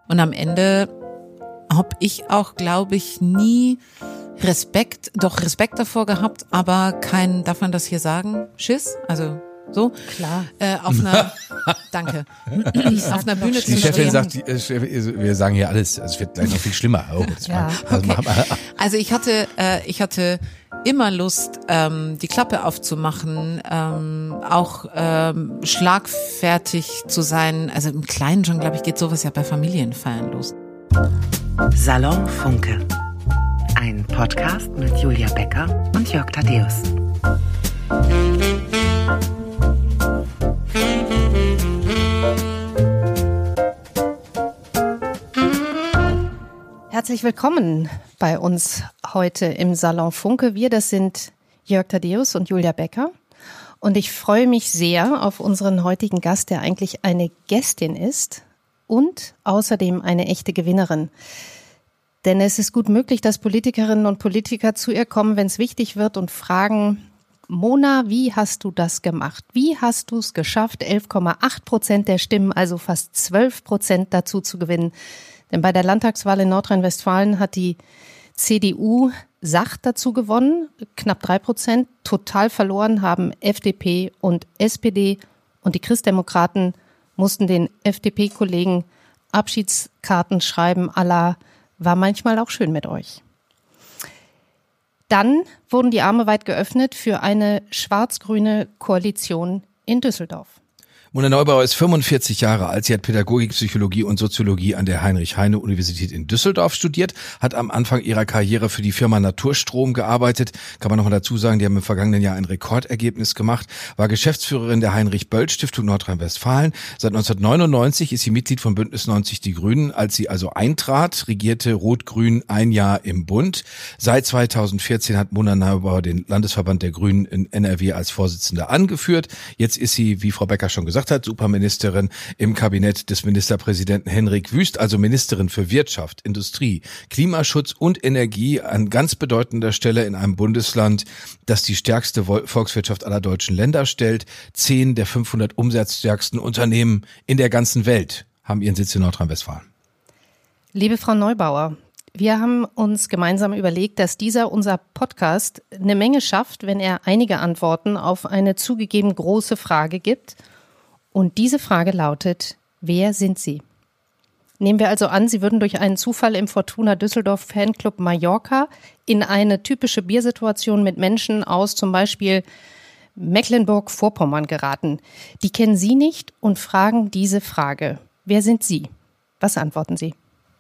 Und am Ende habe ich auch, glaube ich, nie Respekt davor gehabt, aber kein, darf man das hier sagen, Schiss, also so. Klar. Auf einer, danke, auf einer Bühne zu Die Chefin stehen. sagt, wir sagen hier alles, es wird gleich noch viel schlimmer. Oh, Ja, okay. Also ich hatte immer Lust, die Klappe aufzumachen, auch schlagfertig zu sein. Also im Kleinen schon, glaube ich, geht sowas ja bei Familienfeiern los. Salon Funke. Ein Podcast mit Julia Becker und Jörg Thaddeus. Herzlich willkommen bei uns heute im Salon Funke. Wir, das sind Jörg Thaddeus und Julia Becker. Und ich freue mich sehr auf unseren heutigen Gast, der eigentlich eine Gästin ist und außerdem eine echte Gewinnerin. Denn es ist gut möglich, dass Politikerinnen und Politiker zu ihr kommen, wenn es wichtig wird und fragen: Mona, wie hast du das gemacht? Wie hast du es geschafft, 11,8% der Stimmen, also fast 12% dazu zu gewinnen? Denn bei der Landtagswahl in Nordrhein-Westfalen hat die CDU sacht dazu gewonnen, knapp 3%. Total verloren haben FDP und SPD. Und die Christdemokraten mussten den FDP-Kollegen Abschiedskarten schreiben, à la war manchmal auch schön mit euch. Dann wurden die Arme weit geöffnet für eine schwarz-grüne Koalition in Düsseldorf. Mona Neubauer ist 45 Jahre alt. Sie hat Pädagogik, Psychologie und Soziologie an der Heinrich-Heine-Universität in Düsseldorf studiert, hat am Anfang ihrer Karriere für die Firma Naturstrom gearbeitet. Kann man nochmal dazu sagen, die haben im vergangenen Jahr ein Rekordergebnis gemacht, war Geschäftsführerin der Heinrich-Böll-Stiftung Nordrhein-Westfalen. Seit 1999 ist sie Mitglied von Bündnis 90 Die Grünen. Als sie also eintrat, regierte Rot-Grün ein Jahr im Bund. Seit 2014 hat Mona Neubauer den Landesverband der Grünen in NRW als Vorsitzende angeführt. Jetzt ist sie, wie Frau Becker schon gesagt hat, Superministerin im Kabinett des Ministerpräsidenten Henrik Wüst, also Ministerin für Wirtschaft, Industrie, Klimaschutz und Energie an ganz bedeutender Stelle in einem Bundesland, das die stärkste Volkswirtschaft aller deutschen Länder stellt. 10 der 500 umsatzstärksten Unternehmen in der ganzen Welt haben ihren Sitz in Nordrhein-Westfalen. Liebe Frau Neubauer, wir haben uns gemeinsam überlegt, dass unser Podcast eine Menge schafft, wenn er einige Antworten auf eine zugegeben große Frage gibt. Und diese Frage lautet: Wer sind Sie? Nehmen wir also an, Sie würden durch einen Zufall im Fortuna Düsseldorf Fanclub Mallorca in eine typische Biersituation mit Menschen aus zum Beispiel Mecklenburg-Vorpommern geraten. Die kennen Sie nicht und fragen diese Frage: Wer sind Sie? Was antworten Sie?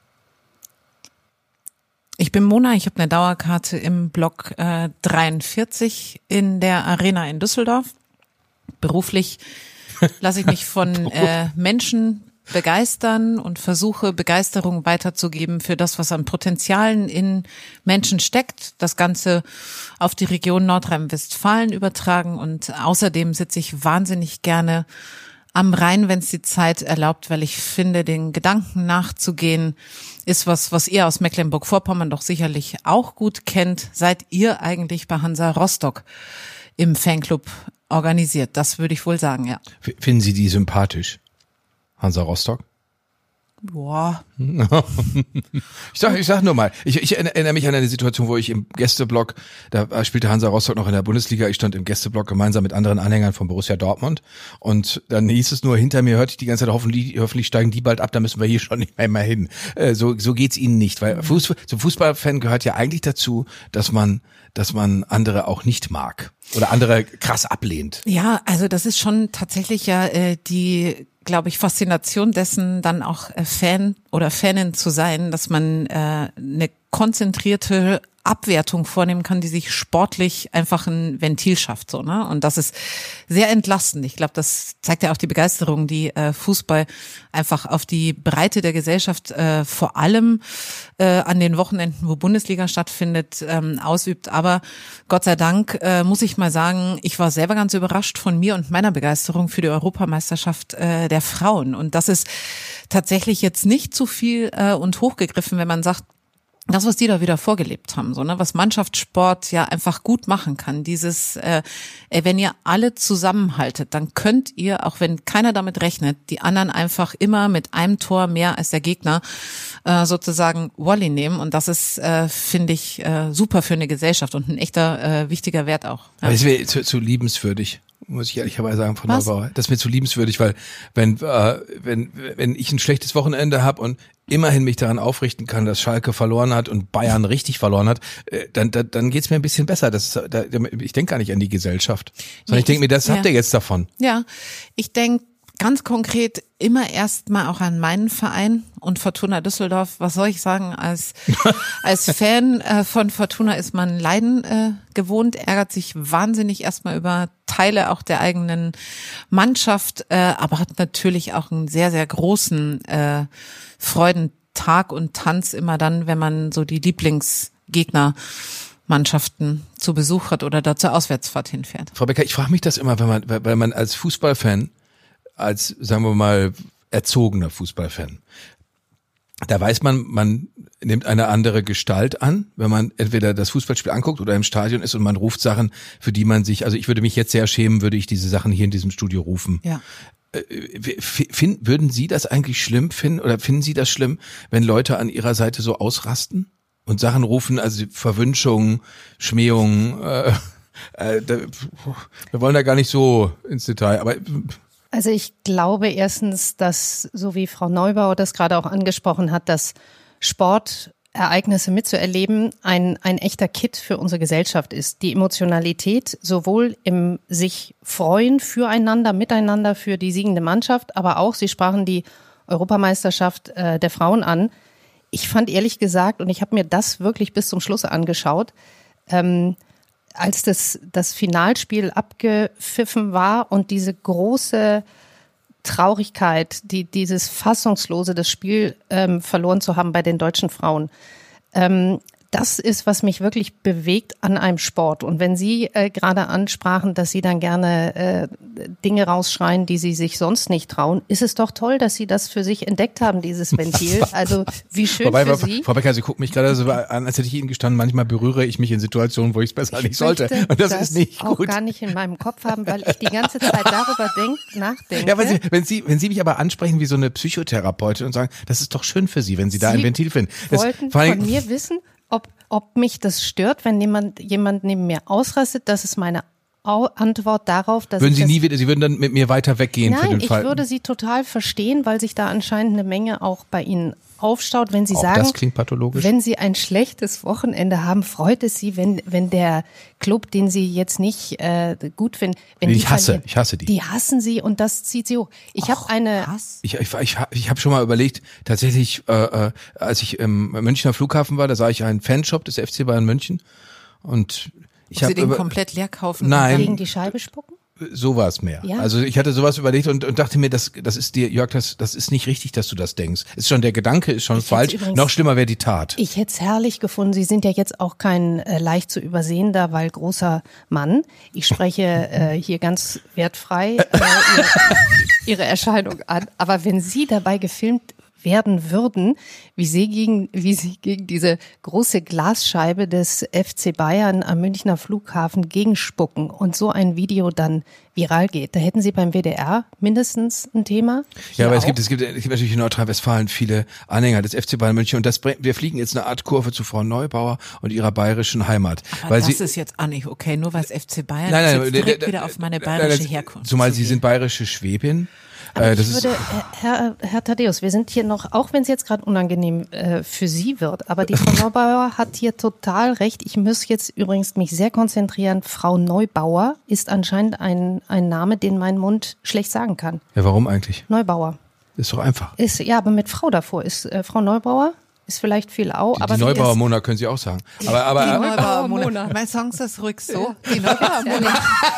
Ich bin Mona, ich habe eine Dauerkarte im Block 43 in der Arena in Düsseldorf. Beruflich lasse ich mich von Menschen begeistern und versuche, Begeisterung weiterzugeben für das, was an Potenzialen in Menschen steckt. Das Ganze auf die Region Nordrhein-Westfalen übertragen, und außerdem sitze ich wahnsinnig gerne am Rhein, wenn es die Zeit erlaubt, weil ich finde, den Gedanken nachzugehen ist was ihr aus Mecklenburg-Vorpommern doch sicherlich auch gut kennt. Seid ihr eigentlich bei Hansa Rostock im Fanclub organisiert? Das würde ich wohl sagen, ja. Finden Sie die sympathisch, Hansa Rostock? Boah. Ich sag nur mal, ich erinnere mich an eine Situation, wo ich im Gästeblock, da spielte Hansa Rostock noch in der Bundesliga, ich stand im Gästeblock gemeinsam mit anderen Anhängern von Borussia Dortmund, und dann hieß es nur, hinter mir hörte ich die ganze Zeit, hoffentlich steigen die bald ab, da müssen wir hier schon nicht mehr hin. So geht's ihnen nicht, weil zum Fußballfan gehört ja eigentlich dazu, dass man andere auch nicht mag oder andere krass ablehnt. Ja, also das ist schon tatsächlich ja die, glaube ich, Faszination dessen, dann auch Fan oder Fanin zu sein, dass man eine konzentrierte Abwertung vornehmen kann, die sich sportlich einfach ein Ventil schafft, so, ne? Und das ist sehr entlastend. Ich glaube, das zeigt ja auch die Begeisterung, die Fußball einfach auf die Breite der Gesellschaft vor allem an den Wochenenden, wo Bundesliga stattfindet, ausübt. Aber Gott sei Dank muss ich mal sagen, ich war selber ganz überrascht von mir und meiner Begeisterung für die Europameisterschaft der Frauen. Und das ist tatsächlich jetzt nicht zu viel und hochgegriffen, wenn man sagt, das, was die da wieder vorgelebt haben, so, ne, was Mannschaftssport ja einfach gut machen kann, dieses, wenn ihr alle zusammenhaltet, dann könnt ihr, auch wenn keiner damit rechnet, die anderen einfach immer mit einem Tor mehr als der Gegner sozusagen Volley nehmen, und das ist, finde ich, super für eine Gesellschaft und ein echter wichtiger Wert auch. Ja. Aber es wäre zu liebenswürdig, muss ich ehrlicherweise sagen, von Neubauer. Das ist mir zu liebenswürdig, weil wenn ich ein schlechtes Wochenende habe und immerhin mich daran aufrichten kann, dass Schalke verloren hat und Bayern richtig verloren hat, dann geht's mir ein bisschen besser. Ich denke gar nicht an die Gesellschaft, sondern ich denke mir, das habt ihr jetzt davon. Ja, ich denke ganz konkret immer erstmal auch an meinen Verein und Fortuna Düsseldorf. Was soll ich sagen? Als Fan von Fortuna ist man Leiden gewohnt, ärgert sich wahnsinnig erstmal über Teile auch der eigenen Mannschaft, aber hat natürlich auch einen sehr, sehr großen Freudentag und Tanz immer dann, wenn man so die Lieblingsgegnermannschaften zu Besuch hat oder da zur Auswärtsfahrt hinfährt. Frau Becker, ich frage mich das immer, weil man als Fußballfan, als, sagen wir mal, erzogener Fußballfan, da weiß man nimmt eine andere Gestalt an, wenn man entweder das Fußballspiel anguckt oder im Stadion ist und man ruft Sachen, für die man sich, also ich würde mich jetzt sehr schämen, würde ich diese Sachen hier in diesem Studio rufen. Ja. Würden Sie das eigentlich schlimm finden oder finden Sie das schlimm, wenn Leute an Ihrer Seite so ausrasten und Sachen rufen, also Verwünschungen, Schmähungen, wir wollen da gar nicht so ins Detail, aber also ich glaube erstens, dass, so wie Frau Neubauer das gerade auch angesprochen hat, dass Sportereignisse mitzuerleben ein echter Kit für unsere Gesellschaft ist. Die Emotionalität sowohl im sich freuen füreinander, miteinander für die siegende Mannschaft, aber auch, Sie sprachen die Europameisterschaft der Frauen an. Ich fand ehrlich gesagt, und ich habe mir das wirklich bis zum Schluss angeschaut, als das Finalspiel abgepfiffen war und diese große Traurigkeit, dieses Fassungslose, das Spiel verloren zu haben bei den deutschen Frauen, das ist, was mich wirklich bewegt an einem Sport. Und wenn Sie gerade ansprachen, dass Sie dann gerne Dinge rausschreien, die Sie sich sonst nicht trauen, ist es doch toll, dass Sie das für sich entdeckt haben, dieses Ventil. Also wie schön für Sie. Frau Becker, Sie gucken mich gerade so an, als hätte ich Ihnen gestanden, manchmal berühre ich mich in Situationen, wo ich es besser nicht sollte. Und das ist nicht gut. Auch gar nicht in meinem Kopf haben, weil ich die ganze Zeit darüber nachdenke. Ja, wenn Sie mich aber ansprechen wie so eine Psychotherapeutin und sagen, das ist doch schön für Sie, wenn Sie da ein Ventil finden. Sie wollten von mir wissen, ob mich das stört, wenn jemand neben mir ausrastet. Das ist meine Antwort darauf, dass Sie würden dann mit mir weiter weggehen für den Fall? Nein, ich würde Sie total verstehen, weil sich da anscheinend eine Menge auch bei Ihnen aufstaut, wenn Sie auch sagen, das klingt pathologisch. Wenn Sie ein schlechtes Wochenende haben, freut es Sie, wenn der Club, den Sie jetzt nicht gut finden, ich hasse die. Die hassen Sie und das zieht Sie hoch. Ich habe schon mal überlegt, tatsächlich, als ich im Münchner Flughafen war, da sah ich einen Fanshop des FC Bayern München und ich habe Sie den komplett leer kaufen? Nein. Gegen die Scheibe spucken? Sowas mehr. Ja. Also ich hatte sowas überlegt und dachte mir, das ist dir, Jörg, das ist nicht richtig, dass du das denkst. Ist schon der Gedanke, ist schon falsch. Noch schlimmer wäre die Tat. Ich hätte es herrlich gefunden. Sie sind ja jetzt auch kein leicht zu übersehender, weil großer Mann. Ich spreche hier ganz wertfrei Ihre Erscheinung an. Aber wenn Sie dabei gefilmt werden würden, wie sie gegen diese große Glasscheibe des FC Bayern am Münchner Flughafen gegenspucken und so ein Video dann viral geht. Da hätten Sie beim WDR mindestens ein Thema. Ja, aber es gibt natürlich in Nordrhein-Westfalen viele Anhänger des FC Bayern München und wir fliegen jetzt eine Art Kurve zu Frau Neubauer und ihrer bayerischen Heimat. Aber das ist jetzt auch nicht okay, nur weil es FC Bayern ist, jetzt direkt wieder auf meine bayerische Herkunft. Zumal Sie sind bayerische Schwäbin. Aber ich würde, Herr Thaddeus, wir sind hier noch, auch wenn es jetzt gerade unangenehm für Sie wird, aber die Frau Neubauer hat hier total recht. Ich muss jetzt übrigens mich sehr konzentrieren. Frau Neubauer ist anscheinend ein Name, den mein Mund schlecht sagen kann. Ja, warum eigentlich? Neubauer. Ist doch einfach. Ja, aber mit Frau davor. Ist Frau Neubauer? Ist vielleicht viel Au, aber die Neubauer Mona können Sie auch sagen. Aber die Neubauer Mona. Mein Song ist ruhig so. Die Neubauer Mona.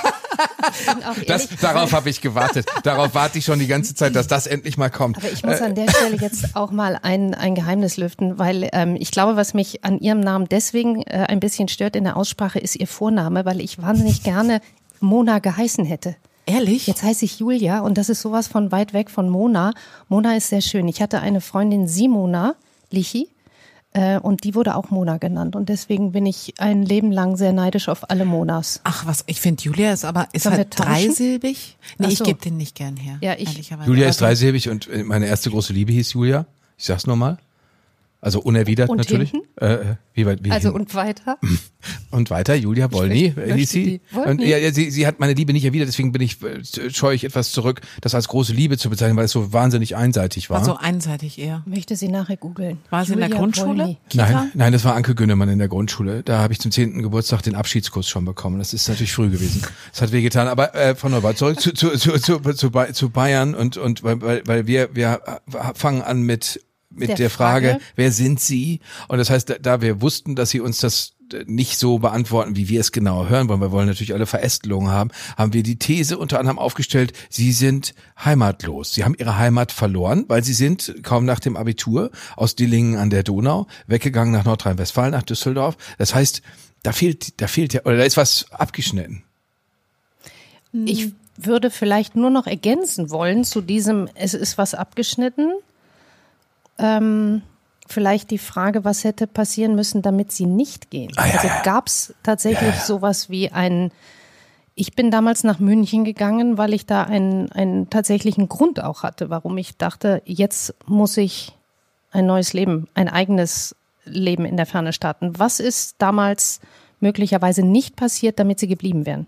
Darauf habe ich gewartet. Darauf warte ich schon die ganze Zeit, dass das endlich mal kommt. Aber ich muss an der Stelle jetzt auch mal ein Geheimnis lüften, weil ich glaube, was mich an Ihrem Namen deswegen ein bisschen stört in der Aussprache, ist Ihr Vorname, weil ich wahnsinnig gerne Mona geheißen hätte. Ehrlich? Jetzt heiße ich Julia und das ist sowas von weit weg von Mona. Mona ist sehr schön. Ich hatte eine Freundin, Simona Lichi, Und die wurde auch Mona genannt. Und deswegen bin ich ein Leben lang sehr neidisch auf alle Monas. Ach was, ich finde Julia ist aber, ist Sollen wir halt tauschen? dreisilbig. Nee, Ach ich so. gebe den nicht gern her. Ja, ich- ehrlicherweise. Julia ist Aber dreisilbig und meine erste große Liebe hieß Julia. Ich sag's nochmal. Also unerwidert Und natürlich. hinten? Wie Also hinten? und weiter? Und weiter, Julia Wollny möchte hieß sie. die. Wollny. Und ja, sie hat meine Liebe nicht erwidert, deswegen scheue ich etwas zurück, das als große Liebe zu bezeichnen, weil es so wahnsinnig einseitig war. war so einseitig eher. Möchte sie nachher googeln. War sie in der Julia Grundschule? Wollny. Kita? Nein, das war Anke Günnemann in der Grundschule. Da habe ich zum 10. Geburtstag den Abschiedskuss schon bekommen. Das ist natürlich früh gewesen. Das hat wehgetan. Aber Frau Neubauer, zurück zu Bayern und weil wir fangen an mit der Frage, wer sind Sie? Und das heißt, da wir wussten, dass Sie uns das nicht so beantworten, wie wir es genau hören wollen, wir wollen natürlich alle Verästelungen haben, haben wir die These unter anderem aufgestellt, Sie sind heimatlos. Sie haben Ihre Heimat verloren, weil Sie sind kaum nach dem Abitur aus Dillingen an der Donau weggegangen nach Nordrhein-Westfalen, nach Düsseldorf. Das heißt, da fehlt ja, oder da ist was abgeschnitten. Ich würde vielleicht nur noch ergänzen wollen zu diesem, es ist was abgeschnitten. Vielleicht die Frage, was hätte passieren müssen, damit sie nicht gehen. Also gab es tatsächlich sowas wie ich bin damals nach München gegangen, weil ich da einen tatsächlichen Grund auch hatte, warum ich dachte, jetzt muss ich ein neues Leben, ein eigenes Leben in der Ferne starten. Was ist damals möglicherweise nicht passiert, damit sie geblieben wären?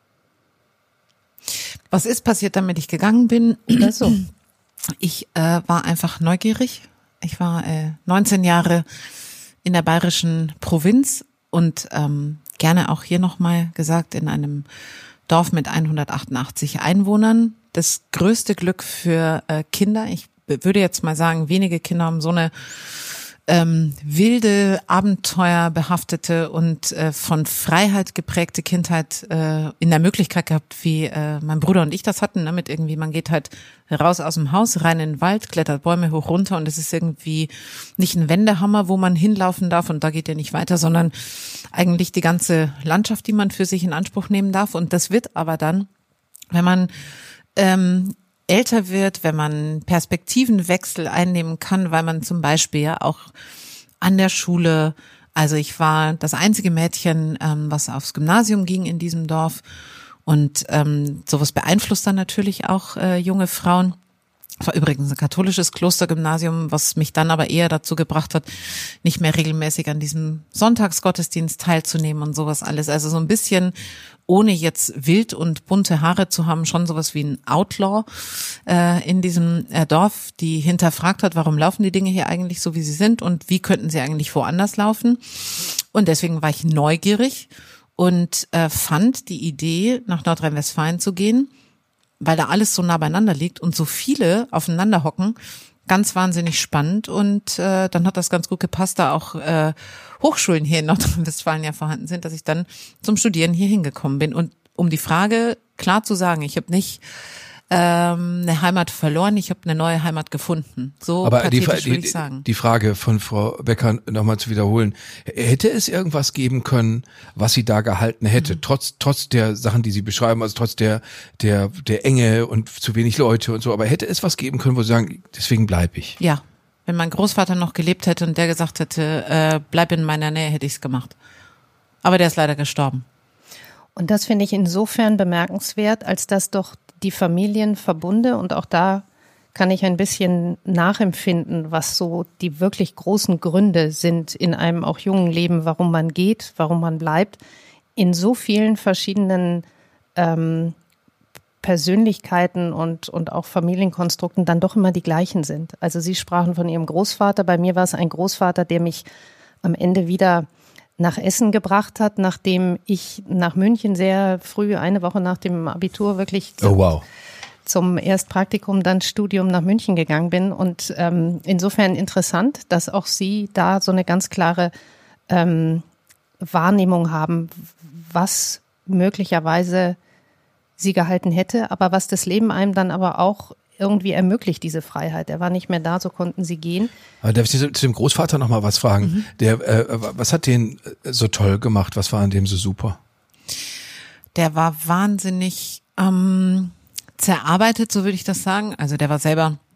Was ist passiert, damit ich gegangen bin? Oder so. Ich war einfach neugierig. Ich war 19 Jahre in der bayerischen Provinz und gerne auch hier nochmal gesagt, in einem Dorf mit 188 Einwohnern. Das größte Glück für Kinder. Ich würde jetzt mal sagen, wenige Kinder haben so eine wilde, abenteuerbehaftete und von Freiheit geprägte Kindheit in der Möglichkeit gehabt, wie mein Bruder und ich das hatten, ne? Mit irgendwie, man geht halt raus aus dem Haus, rein in den Wald, klettert Bäume hoch runter und es ist irgendwie nicht ein Wendehammer, wo man hinlaufen darf und da geht er nicht weiter, sondern eigentlich die ganze Landschaft, die man für sich in Anspruch nehmen darf. Und das wird aber dann, wenn man älter wird, wenn man Perspektivenwechsel einnehmen kann, weil man zum Beispiel ja auch an der Schule, also ich war das einzige Mädchen, was aufs Gymnasium ging in diesem Dorf und sowas beeinflusst dann natürlich auch junge Frauen. Es war übrigens ein katholisches Klostergymnasium, was mich dann aber eher dazu gebracht hat, nicht mehr regelmäßig an diesem Sonntagsgottesdienst teilzunehmen und sowas alles. Also so ein bisschen, ohne jetzt wild und bunte Haare zu haben, schon sowas wie ein Outlaw in diesem Dorf, die hinterfragt hat, warum laufen die Dinge hier eigentlich so, wie sie sind und wie könnten sie eigentlich woanders laufen. Und deswegen war ich neugierig und fand die Idee, nach Nordrhein-Westfalen zu gehen, weil da alles so nah beieinander liegt und so viele aufeinander hocken, ganz wahnsinnig spannend und dann hat das ganz gut gepasst, da auch Hochschulen hier in Nordrhein-Westfalen ja vorhanden sind, dass ich dann zum Studieren hier hingekommen bin. Und um die Frage klar zu sagen, ich habe nicht eine Heimat verloren, ich habe eine neue Heimat gefunden. So Aber pathetisch würde ich sagen. die Frage von Frau Becker nochmal zu wiederholen. Hätte es irgendwas geben können, was sie da gehalten hätte, trotz der Sachen, die Sie beschreiben, also trotz der Enge und zu wenig Leute und so, aber hätte es was geben können, wo Sie sagen, deswegen bleibe ich? Ja, wenn mein Großvater noch gelebt hätte und der gesagt hätte, bleib in meiner Nähe, hätte ich es gemacht. Aber der ist leider gestorben. Und das finde ich insofern bemerkenswert, als dass doch die Familienverbunde, und auch da kann ich ein bisschen nachempfinden, was so die wirklich großen Gründe sind in einem auch jungen Leben, warum man geht, warum man bleibt, in so vielen verschiedenen Persönlichkeiten und auch Familienkonstrukten dann doch immer die gleichen sind. Also Sie sprachen von Ihrem Großvater, bei mir war es ein Großvater, der mich am Ende wieder nach Essen gebracht hat, nachdem ich nach München sehr früh, eine Woche nach dem Abitur, wirklich zum Erstpraktikum, dann Studium nach München gegangen bin. Und insofern interessant, dass auch Sie da so eine ganz klare Wahrnehmung haben, was möglicherweise Sie gehalten hätte, aber was das Leben einem dann aber auch irgendwie ermöglicht, diese Freiheit. Er war nicht mehr da, so konnten sie gehen. Aber darf ich zu dem Großvater noch mal was fragen? Was hat den so toll gemacht? Was war an dem so super? Der war wahnsinnig zerarbeitet, so würde ich das sagen. Also der war selber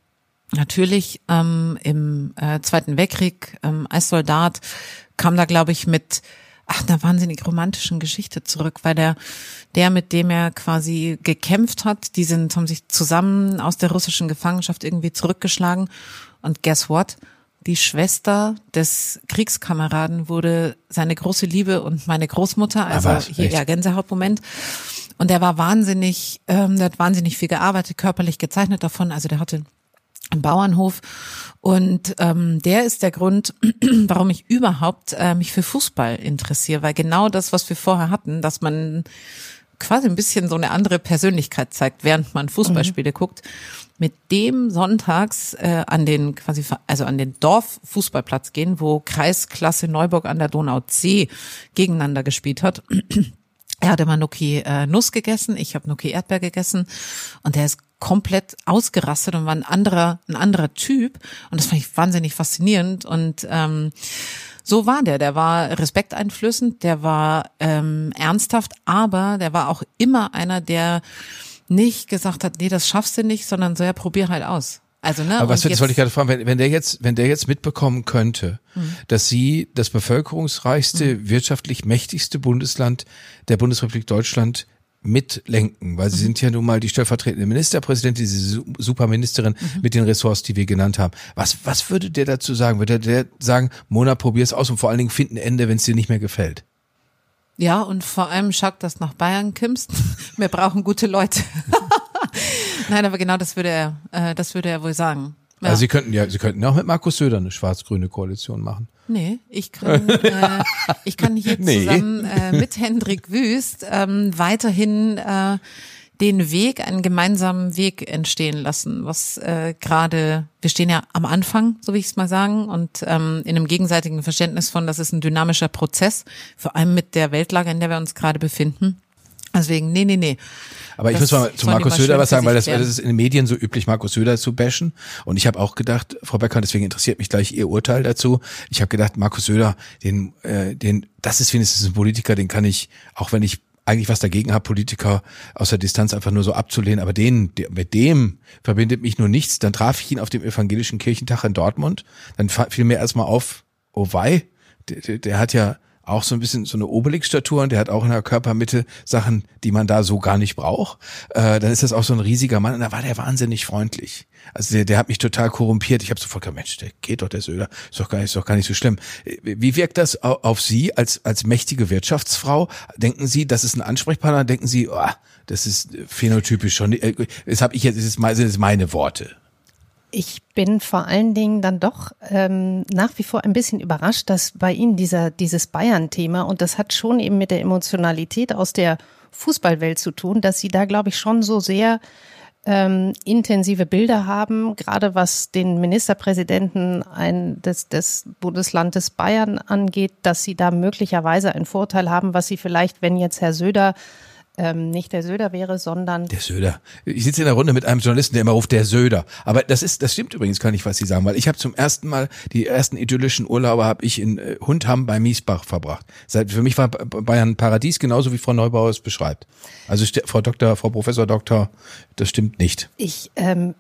natürlich im Zweiten Weltkrieg als Soldat kam da, glaube ich, mit einer wahnsinnig romantischen Geschichte zurück, weil der, mit dem er quasi gekämpft hat, haben sich zusammen aus der russischen Gefangenschaft irgendwie zurückgeschlagen. Und guess what? Die Schwester des Kriegskameraden wurde seine große Liebe und meine Großmutter, also hier ja Gänsehautmoment. Und der war der hat wahnsinnig viel gearbeitet, körperlich gezeichnet davon, also der hatte einen Bauernhof. Und der ist der Grund, warum ich überhaupt mich für Fußball interessiere, weil genau das, was wir vorher hatten, dass man quasi ein bisschen so eine andere Persönlichkeit zeigt, während man Fußballspiele guckt, mit dem sonntags an den Dorffußballplatz gehen, wo Kreisklasse Neuburg an der Donau C gegeneinander gespielt hat. Er hatte mal Gnocchi Nuss gegessen, ich habe Gnocchi Erdbeer gegessen und der ist komplett ausgerastet und war ein anderer Typ und das fand ich wahnsinnig faszinierend und so war der war respekteinflößend, der war ernsthaft, aber der war auch immer einer, der nicht gesagt hat, nee, das schaffst du nicht, sondern so, ja, probier halt aus. Also, ne? Aber das wollte ich gerade fragen, wenn der jetzt mitbekommen könnte, dass Sie das bevölkerungsreichste, wirtschaftlich mächtigste Bundesland der Bundesrepublik Deutschland mitlenken, weil Sie sind ja nun mal die stellvertretende Ministerpräsidentin, diese Superministerin mit den Ressorts, die wir genannt haben. Was würde der dazu sagen? Würde der sagen, Mona, probier's aus und vor allen Dingen find ein Ende, wenn es dir nicht mehr gefällt? Ja, und vor allem schaut, dass nach Bayern kimmst. Wir brauchen gute Leute. Nein, aber genau das würde er wohl sagen. Ja. Also Sie könnten ja auch mit Markus Söder eine schwarz-grüne Koalition machen. Nee, ich kann hier zusammen mit Hendrik Wüst weiterhin einen gemeinsamen Weg entstehen lassen, was gerade, wir stehen ja am Anfang, so will ich es mal sagen, und in einem gegenseitigen Verständnis von, das ist ein dynamischer Prozess, vor allem mit der Weltlage, in der wir uns gerade befinden. Deswegen, nee. Aber ich muss mal zu Markus Söder was sagen, weil das ist in den Medien so üblich, Markus Söder zu bashen. Und ich habe auch gedacht, Frau Becker, deswegen interessiert mich gleich Ihr Urteil dazu. Ich habe gedacht, Markus Söder, das ist wenigstens ein Politiker, den kann ich, auch wenn ich eigentlich was dagegen habe, Politiker aus der Distanz einfach nur so abzulehnen, aber mit dem verbindet mich nur nichts. Dann traf ich ihn auf dem evangelischen Kirchentag in Dortmund. Dann fiel mir erstmal auf, oh wei, der hat ja auch so ein bisschen so eine Obelix-Statur und der hat auch in der Körpermitte Sachen, die man da so gar nicht braucht. Dann ist das auch so ein riesiger Mann und da war der wahnsinnig freundlich. Also der hat mich total korrumpiert. Ich habe sofort gedacht, Mensch, der geht doch, der Söder, ist doch gar nicht so schlimm. Wie wirkt das auf Sie als mächtige Wirtschaftsfrau? Denken Sie, das ist ein Ansprechpartner? Denken Sie, das ist phänotypisch schon? Das sind meine Worte. Ich bin vor allen Dingen dann doch nach wie vor ein bisschen überrascht, dass bei Ihnen dieses Bayern-Thema, und das hat schon eben mit der Emotionalität aus der Fußballwelt zu tun, dass Sie da, glaube ich, schon so sehr intensive Bilder haben, gerade was den Ministerpräsidenten des Bundeslandes Bayern angeht, dass Sie da möglicherweise einen Vorteil haben, was Sie vielleicht, wenn jetzt Herr Söder nicht der Söder wäre, sondern... Der Söder. Ich sitze in der Runde mit einem Journalisten, der immer ruft, der Söder. Aber das stimmt übrigens gar nicht, was Sie sagen, weil ich habe zum ersten Mal, die ersten idyllischen Urlaube habe ich in Hundham bei Miesbach verbracht. Für mich war Bayern ein Paradies, genauso wie Frau Neubauer es beschreibt. Also Frau Professor Doktor, das stimmt nicht. Ich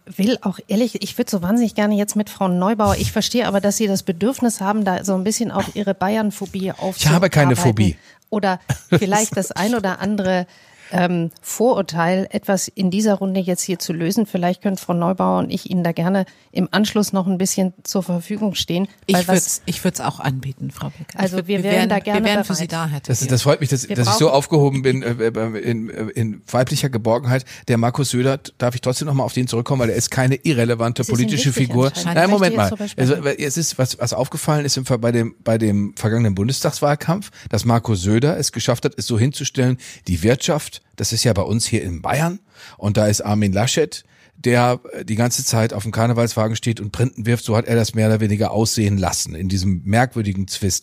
ich würde so wahnsinnig gerne jetzt mit Frau Neubauer, ich verstehe aber, dass Sie das Bedürfnis haben, da so ein bisschen auch Ihre Bayern-Phobie aufzuarbeiten. Ich habe keine Phobie. Oder vielleicht das ein oder andere Vorurteil, etwas in dieser Runde jetzt hier zu lösen. Vielleicht können Frau Neubauer und ich Ihnen da gerne im Anschluss noch ein bisschen zur Verfügung stehen. Ich würde es auch anbieten, Frau Becker. Also wir wären da gerne bereit. Für Sie da. Das freut mich, dass ich so aufgehoben bin in weiblicher Geborgenheit. Der Markus Söder, darf ich trotzdem nochmal auf den zurückkommen, weil er ist keine irrelevante politische Figur. Nein, Moment mal. Also, es ist was aufgefallen ist bei dem vergangenen Bundestagswahlkampf, dass Markus Söder es geschafft hat, es so hinzustellen, die Wirtschaft, das ist ja bei uns hier in Bayern und da ist Armin Laschet, der die ganze Zeit auf dem Karnevalswagen steht und Printen wirft, so hat er das mehr oder weniger aussehen lassen in diesem merkwürdigen Zwist.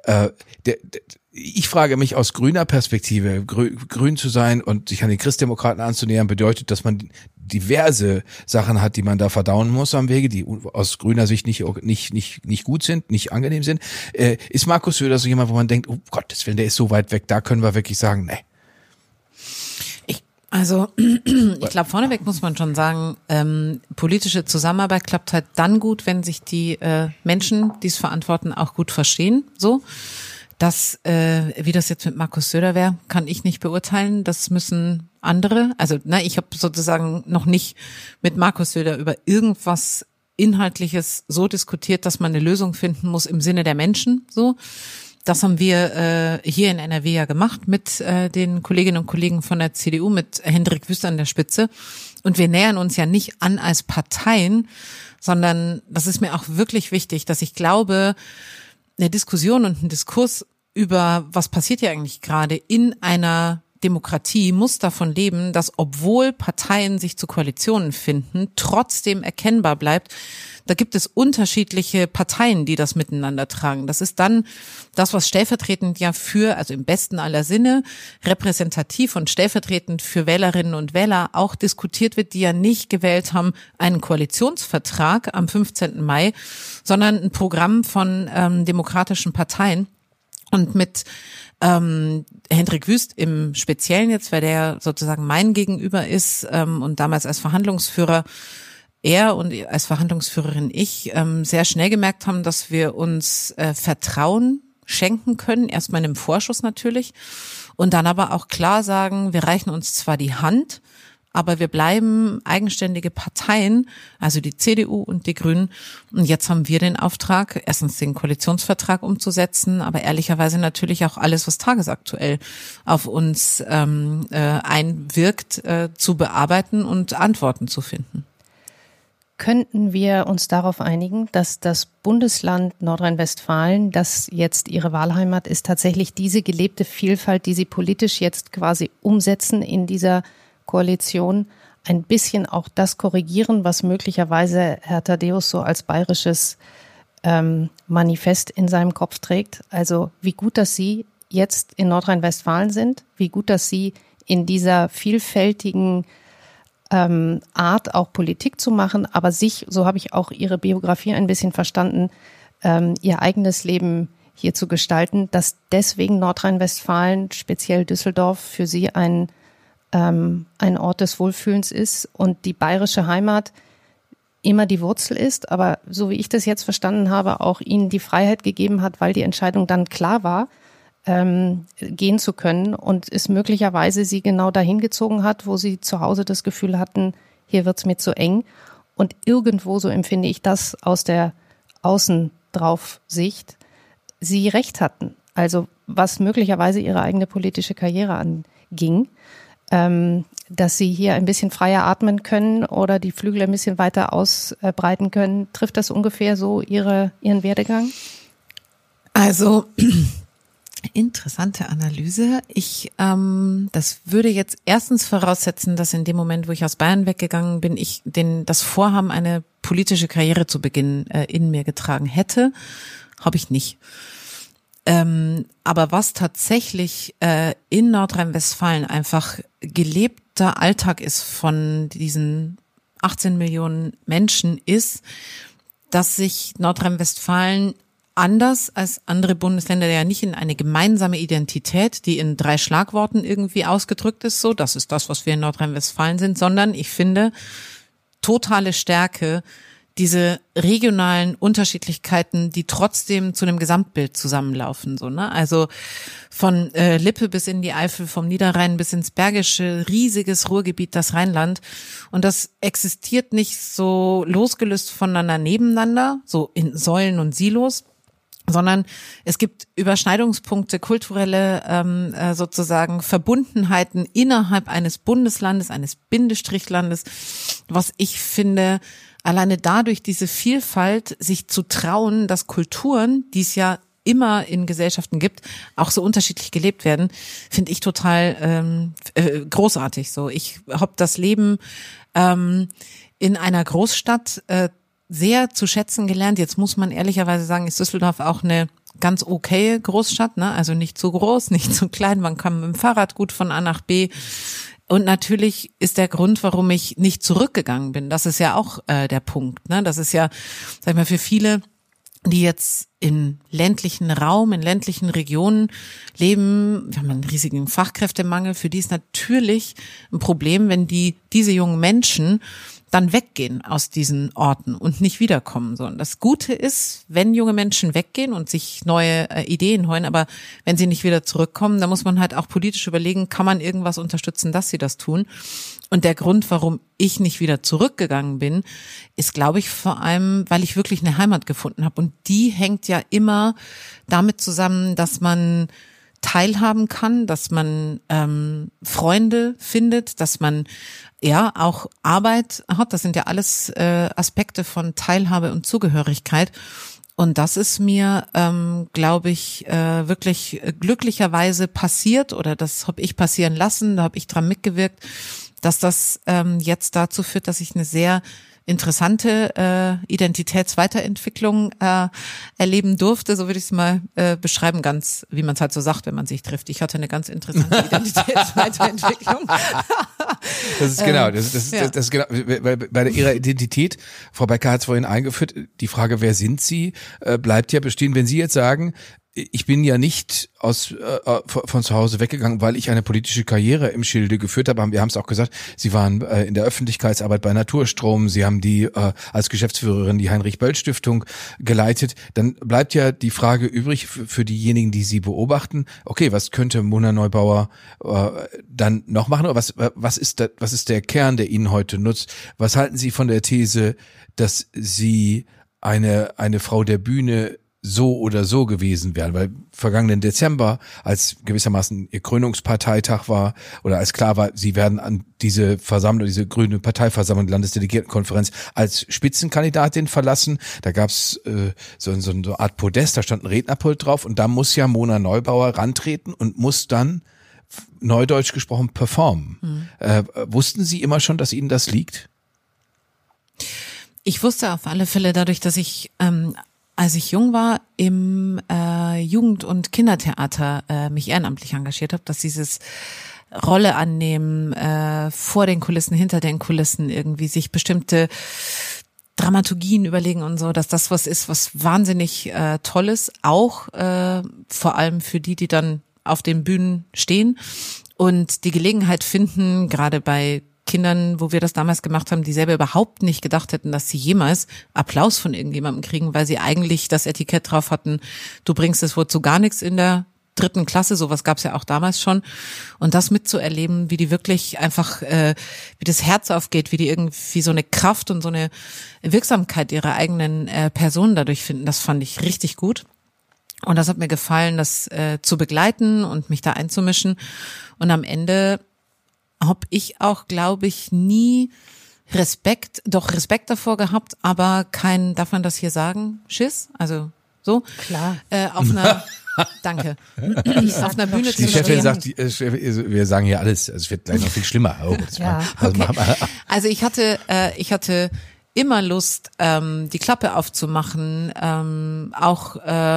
Ich frage mich aus grüner Perspektive, grün zu sein und sich an den Christdemokraten anzunähern, bedeutet, dass man diverse Sachen hat, die man da verdauen muss am Wege, die aus grüner Sicht nicht gut sind, nicht angenehm sind. Ist Markus Söder so jemand, wo man denkt, oh Gottes Willen, der ist so weit weg, da können wir wirklich sagen, nee. Also ich glaube, vorneweg muss man schon sagen, politische Zusammenarbeit klappt halt dann gut, wenn sich die Menschen, die es verantworten, auch gut verstehen. So, das, wie das jetzt mit Markus Söder wäre, kann ich nicht beurteilen. Das müssen andere. Also ich habe sozusagen noch nicht mit Markus Söder über irgendwas Inhaltliches so diskutiert, dass man eine Lösung finden muss im Sinne der Menschen. So. Das haben wir hier in NRW ja gemacht mit den Kolleginnen und Kollegen von der CDU, mit Hendrik Wüst an der Spitze. Und wir nähern uns ja nicht an als Parteien, sondern das ist mir auch wirklich wichtig, dass ich glaube, eine Diskussion und ein Diskurs über, was passiert hier eigentlich gerade in einer Demokratie, muss davon leben, dass obwohl Parteien sich zu Koalitionen finden, trotzdem erkennbar bleibt, da gibt es unterschiedliche Parteien, die das miteinander tragen. Das ist dann das, was stellvertretend ja also im besten aller Sinne, repräsentativ und stellvertretend für Wählerinnen und Wähler auch diskutiert wird, die ja nicht gewählt haben, einen Koalitionsvertrag am 15. Mai, sondern ein Programm von demokratischen Parteien. Und mit Hendrik Wüst im Speziellen jetzt, weil der sozusagen mein Gegenüber ist und damals als Verhandlungsführer er und als Verhandlungsführerin ich sehr schnell gemerkt haben, dass wir uns Vertrauen schenken können, erstmal im Vorschuss natürlich und dann aber auch klar sagen, wir reichen uns zwar die Hand, aber wir bleiben eigenständige Parteien, also die CDU und die Grünen. Und jetzt haben wir den Auftrag, erstens den Koalitionsvertrag umzusetzen, aber ehrlicherweise natürlich auch alles, was tagesaktuell auf uns einwirkt, zu bearbeiten und Antworten zu finden. Könnten wir uns darauf einigen, dass das Bundesland Nordrhein-Westfalen, das jetzt Ihre Wahlheimat ist, tatsächlich diese gelebte Vielfalt, die Sie politisch jetzt quasi umsetzen in dieser Koalition, ein bisschen auch das korrigieren, was möglicherweise Herr Thaddäus so als bayerisches Manifest in seinem Kopf trägt? Also wie gut, dass Sie jetzt in Nordrhein-Westfalen sind, wie gut, dass Sie in dieser vielfältigen Art auch Politik zu machen, aber sich, so habe ich auch Ihre Biografie ein bisschen verstanden, Ihr eigenes Leben hier zu gestalten, dass deswegen Nordrhein-Westfalen, speziell Düsseldorf, für Sie ein Ort des Wohlfühlens ist und die bayerische Heimat immer die Wurzel ist, aber so wie ich das jetzt verstanden habe, auch Ihnen die Freiheit gegeben hat, weil die Entscheidung dann klar war, gehen zu können und es möglicherweise Sie genau dahin gezogen hat, wo Sie zu Hause das Gefühl hatten, hier wird's mir zu eng. Und irgendwo, so empfinde ich das aus der Außendrauf-Sicht, Sie recht hatten. Also was möglicherweise Ihre eigene politische Karriere anging, dass Sie hier ein bisschen freier atmen können oder die Flügel ein bisschen weiter ausbreiten können. Trifft das ungefähr so Ihren Werdegang? Also interessante Analyse. Das würde jetzt erstens voraussetzen, dass in dem Moment, wo ich aus Bayern weggegangen bin, ich das Vorhaben, eine politische Karriere zu beginnen, in mir getragen hätte. Habe ich nicht. Aber was tatsächlich in Nordrhein-Westfalen einfach gelebter Alltag ist von diesen 18 Millionen Menschen, ist, dass sich Nordrhein-Westfalen anders als andere Bundesländer ja nicht in eine gemeinsame Identität, die in 3 Schlagworten irgendwie ausgedrückt ist, so, das ist das, was wir in Nordrhein-Westfalen sind, sondern ich finde, totale Stärke, diese regionalen Unterschiedlichkeiten, die trotzdem zu einem Gesamtbild zusammenlaufen, so, ne? Also von Lippe bis in die Eifel, vom Niederrhein bis ins Bergische, riesiges Ruhrgebiet, das Rheinland. Und das existiert nicht so losgelöst voneinander nebeneinander, so in Säulen und Silos, sondern es gibt Überschneidungspunkte, kulturelle sozusagen Verbundenheiten innerhalb eines Bundeslandes, eines Bindestrichlandes, was ich finde, alleine dadurch diese Vielfalt, sich zu trauen, dass Kulturen, die es ja immer in Gesellschaften gibt, auch so unterschiedlich gelebt werden, finde ich total großartig. So, ich habe das Leben in einer Großstadt sehr zu schätzen gelernt. Jetzt muss man ehrlicherweise sagen, ist Düsseldorf auch eine ganz okay Großstadt, ne? Also nicht zu groß, nicht zu klein. Man kann mit dem Fahrrad gut von A nach B. Und natürlich ist der Grund, warum ich nicht zurückgegangen bin. Das ist ja auch der Punkt, ne? Das ist ja, sag ich mal, für viele die jetzt in ländlichen Raum, in ländlichen Regionen leben. Wir haben einen riesigen Fachkräftemangel. Für die ist natürlich ein Problem, wenn diese jungen Menschen dann weggehen aus diesen Orten und nicht wiederkommen. So. Und das Gute ist, wenn junge Menschen weggehen und sich neue Ideen holen, aber wenn sie nicht wieder zurückkommen, dann muss man halt auch politisch überlegen, kann man irgendwas unterstützen, dass sie das tun. Und der Grund, warum ich nicht wieder zurückgegangen bin, ist, glaube ich, vor allem, weil ich wirklich eine Heimat gefunden habe. Und die hängt ja immer damit zusammen, dass man teilhaben kann, dass man Freunde findet, dass man ja auch Arbeit hat. Das sind ja alles Aspekte von Teilhabe und Zugehörigkeit. Und das ist mir, glaube ich, wirklich glücklicherweise passiert, oder das habe ich passieren lassen, da habe ich dran mitgewirkt, dass das jetzt dazu führt, dass ich eine sehr interessante Identitätsweiterentwicklung erleben durfte, so würde ich es mal beschreiben, ganz wie man es halt so sagt, wenn man sich trifft. Ich hatte eine ganz interessante Identitätsweiterentwicklung. Das ist genau, das ist genau, bei Ihrer Identität, Frau Becker hat es vorhin eingeführt, die Frage, wer sind Sie, bleibt ja bestehen. Wenn Sie jetzt sagen, ich bin ja nicht von zu Hause weggegangen, weil ich eine politische Karriere im Schilde geführt habe. Wir haben es auch gesagt, Sie waren in der Öffentlichkeitsarbeit bei Naturstrom, Sie haben die als Geschäftsführerin die Heinrich-Böll-Stiftung geleitet. Dann bleibt ja die Frage übrig für diejenigen, die Sie beobachten, okay, was könnte Mona Neubauer dann noch machen? Oder was ist der Kern, der Ihnen heute nutzt? Was halten Sie von der These, dass Sie eine Frau der Bühne so oder so gewesen wären, weil vergangenen Dezember, als gewissermaßen ihr Krönungsparteitag war oder als klar war, sie werden an diese Versammlung, diese grüne Parteiversammlung, Landesdelegiertenkonferenz als Spitzenkandidatin verlassen. Da gab's so eine Art Podest, da stand ein Rednerpult drauf und da muss ja Mona Neubauer rantreten und muss dann, neudeutsch gesprochen, performen. Wussten Sie immer schon, dass Ihnen das liegt? Ich wusste auf alle Fälle dadurch, dass ich als ich jung war, im Jugend- und Kindertheater mich ehrenamtlich engagiert habe, dass dieses Rolle annehmen, vor den Kulissen, hinter den Kulissen irgendwie sich bestimmte Dramaturgien überlegen und so, dass das was ist, was wahnsinnig toll ist, auch vor allem für die dann auf den Bühnen stehen und die Gelegenheit finden, gerade bei Kindern, wo wir das damals gemacht haben, die selber überhaupt nicht gedacht hätten, dass sie jemals Applaus von irgendjemandem kriegen, weil sie eigentlich das Etikett drauf hatten, du bringst es wohl zu gar nichts in der 3. Klasse, sowas gab es ja auch damals schon. Und das mitzuerleben, wie die wirklich einfach, wie das Herz aufgeht, wie die irgendwie so eine Kraft und so eine Wirksamkeit ihrer eigenen Personen dadurch finden, das fand ich richtig gut. Und das hat mir gefallen, das zu begleiten und mich da einzumischen. Und am Ende habe ich auch, glaube ich, nie Respekt davor gehabt, aber kein, darf man das hier sagen, Schiss? Also so? Klar. Auf einer, danke, auf einer Bühne zu Die Chefin stehen. sagt, wir sagen hier alles, es wird gleich noch viel schlimmer. Oh, Ja, okay. Also ich hatte immer Lust, die Klappe aufzumachen, auch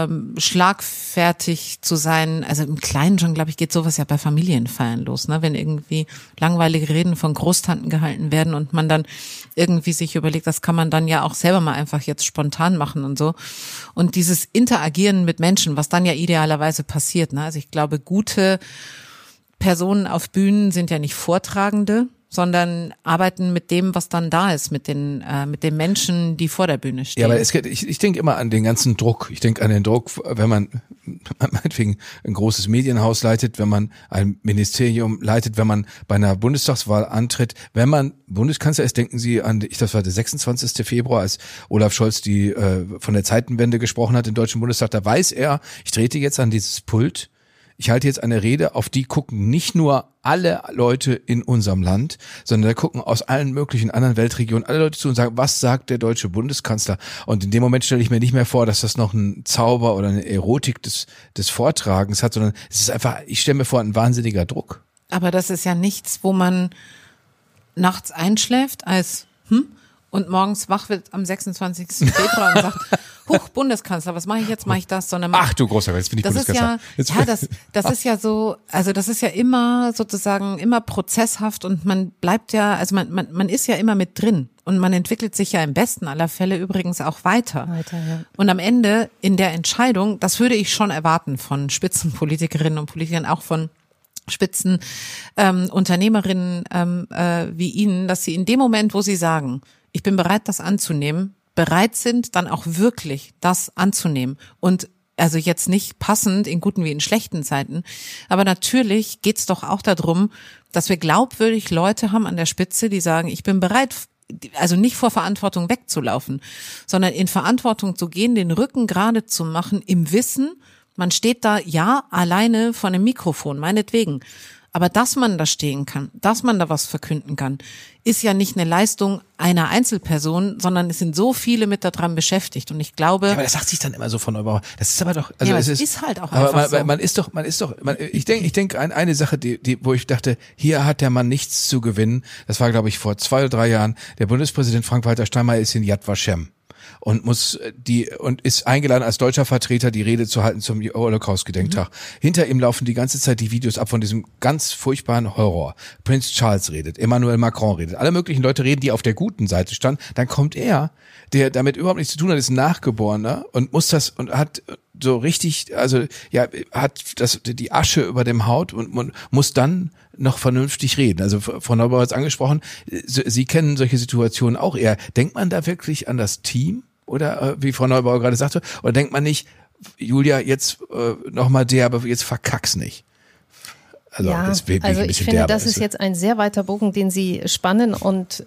schlagfertig zu sein. Also im Kleinen schon, glaube ich, geht sowas ja bei Familienfeiern los, ne? Wenn irgendwie langweilige Reden von Großtanten gehalten werden und man dann irgendwie sich überlegt, das kann man dann ja auch selber mal einfach jetzt spontan machen und so. Und dieses Interagieren mit Menschen, was dann ja idealerweise passiert, ne? Also ich glaube, gute Personen auf Bühnen sind ja nicht Vortragende, sondern arbeiten mit dem, was dann da ist, mit den Menschen, die vor der Bühne stehen. Ja, aber ich denke immer an den ganzen Druck. Ich denke an den Druck, wenn man meinetwegen ein großes Medienhaus leitet, wenn man ein Ministerium leitet, wenn man bei einer Bundestagswahl antritt, wenn man Bundeskanzler ist, denken Sie an, das war der 26. Februar, als Olaf Scholz von der Zeitenwende gesprochen hat im Deutschen Bundestag, da weiß er, ich trete jetzt an dieses Pult, ich halte jetzt eine Rede, auf die gucken nicht nur alle Leute in unserem Land, sondern da gucken aus allen möglichen anderen Weltregionen alle Leute zu und sagen, was sagt der deutsche Bundeskanzler? Und in dem Moment stelle ich mir nicht mehr vor, dass das noch ein Zauber oder eine Erotik des Vortragens hat, sondern es ist einfach, ich stelle mir vor, ein wahnsinniger Druck. Aber das ist ja nichts, wo man nachts einschläft und morgens wach wird am 26. Februar und sagt, Bundeskanzler, was mache ich jetzt, mache ich das, sondern Ach du großer Gott, jetzt bin ich Bundeskanzler. Das ist ja so, also das ist ja immer sozusagen immer prozesshaft und man bleibt ja, also man ist ja immer mit drin und man entwickelt sich ja im besten aller Fälle übrigens auch weiter. Ja. Und am Ende in der Entscheidung, das würde ich schon erwarten von Spitzenpolitikerinnen und Politikern, auch von Spitzen Unternehmerinnen wie Ihnen, dass sie in dem Moment, wo sie sagen, ich bin bereit, das anzunehmen, bereit sind, dann auch wirklich das anzunehmen. Und also jetzt nicht passend in guten wie in schlechten Zeiten, aber natürlich geht's doch auch darum, dass wir glaubwürdig Leute haben an der Spitze, die sagen, ich bin bereit, also nicht vor Verantwortung wegzulaufen, sondern in Verantwortung zu gehen, den Rücken gerade zu machen, im Wissen, man steht da, ja, alleine vor einem Mikrofon, meinetwegen. Aber dass man da stehen kann, dass man da was verkünden kann, ist ja nicht eine Leistung einer Einzelperson, sondern es sind so viele mit daran beschäftigt. Und ich glaube. Ja, aber das sagt sich dann immer so von Neubauer. Das ist aber doch, also ja, es ist halt auch einfach so. Ich denke an eine Sache, wo ich dachte, hier hat der Mann nichts zu gewinnen. Das war, glaube ich, vor 2 oder 3 Jahren. Der Bundespräsident Frank-Walter Steinmeier ist in Yad Vashem. Und ist eingeladen als deutscher Vertreter die Rede zu halten zum Holocaust-Gedenktag. Hinter ihm laufen die ganze Zeit die Videos ab von diesem ganz furchtbaren Horror. Prinz Charles redet, Emmanuel Macron redet, alle möglichen Leute reden, die auf der guten Seite standen. Dann kommt er, der damit überhaupt nichts zu tun hat, ist ein Nachgeborener und hat so richtig, also ja, hat die Asche über dem Haut und muss dann noch vernünftig reden. Also Frau Neubauer hat es angesprochen, Sie kennen solche Situationen auch eher. Denkt man da wirklich an das Team? Oder wie Frau Neubauer gerade sagte, oder denkt man nicht, Julia, jetzt nochmal aber jetzt verkack's nicht? Also, ja, das ein also bisschen ich finde, derbe das ist jetzt ein sehr weiter Bogen, den Sie spannen. Und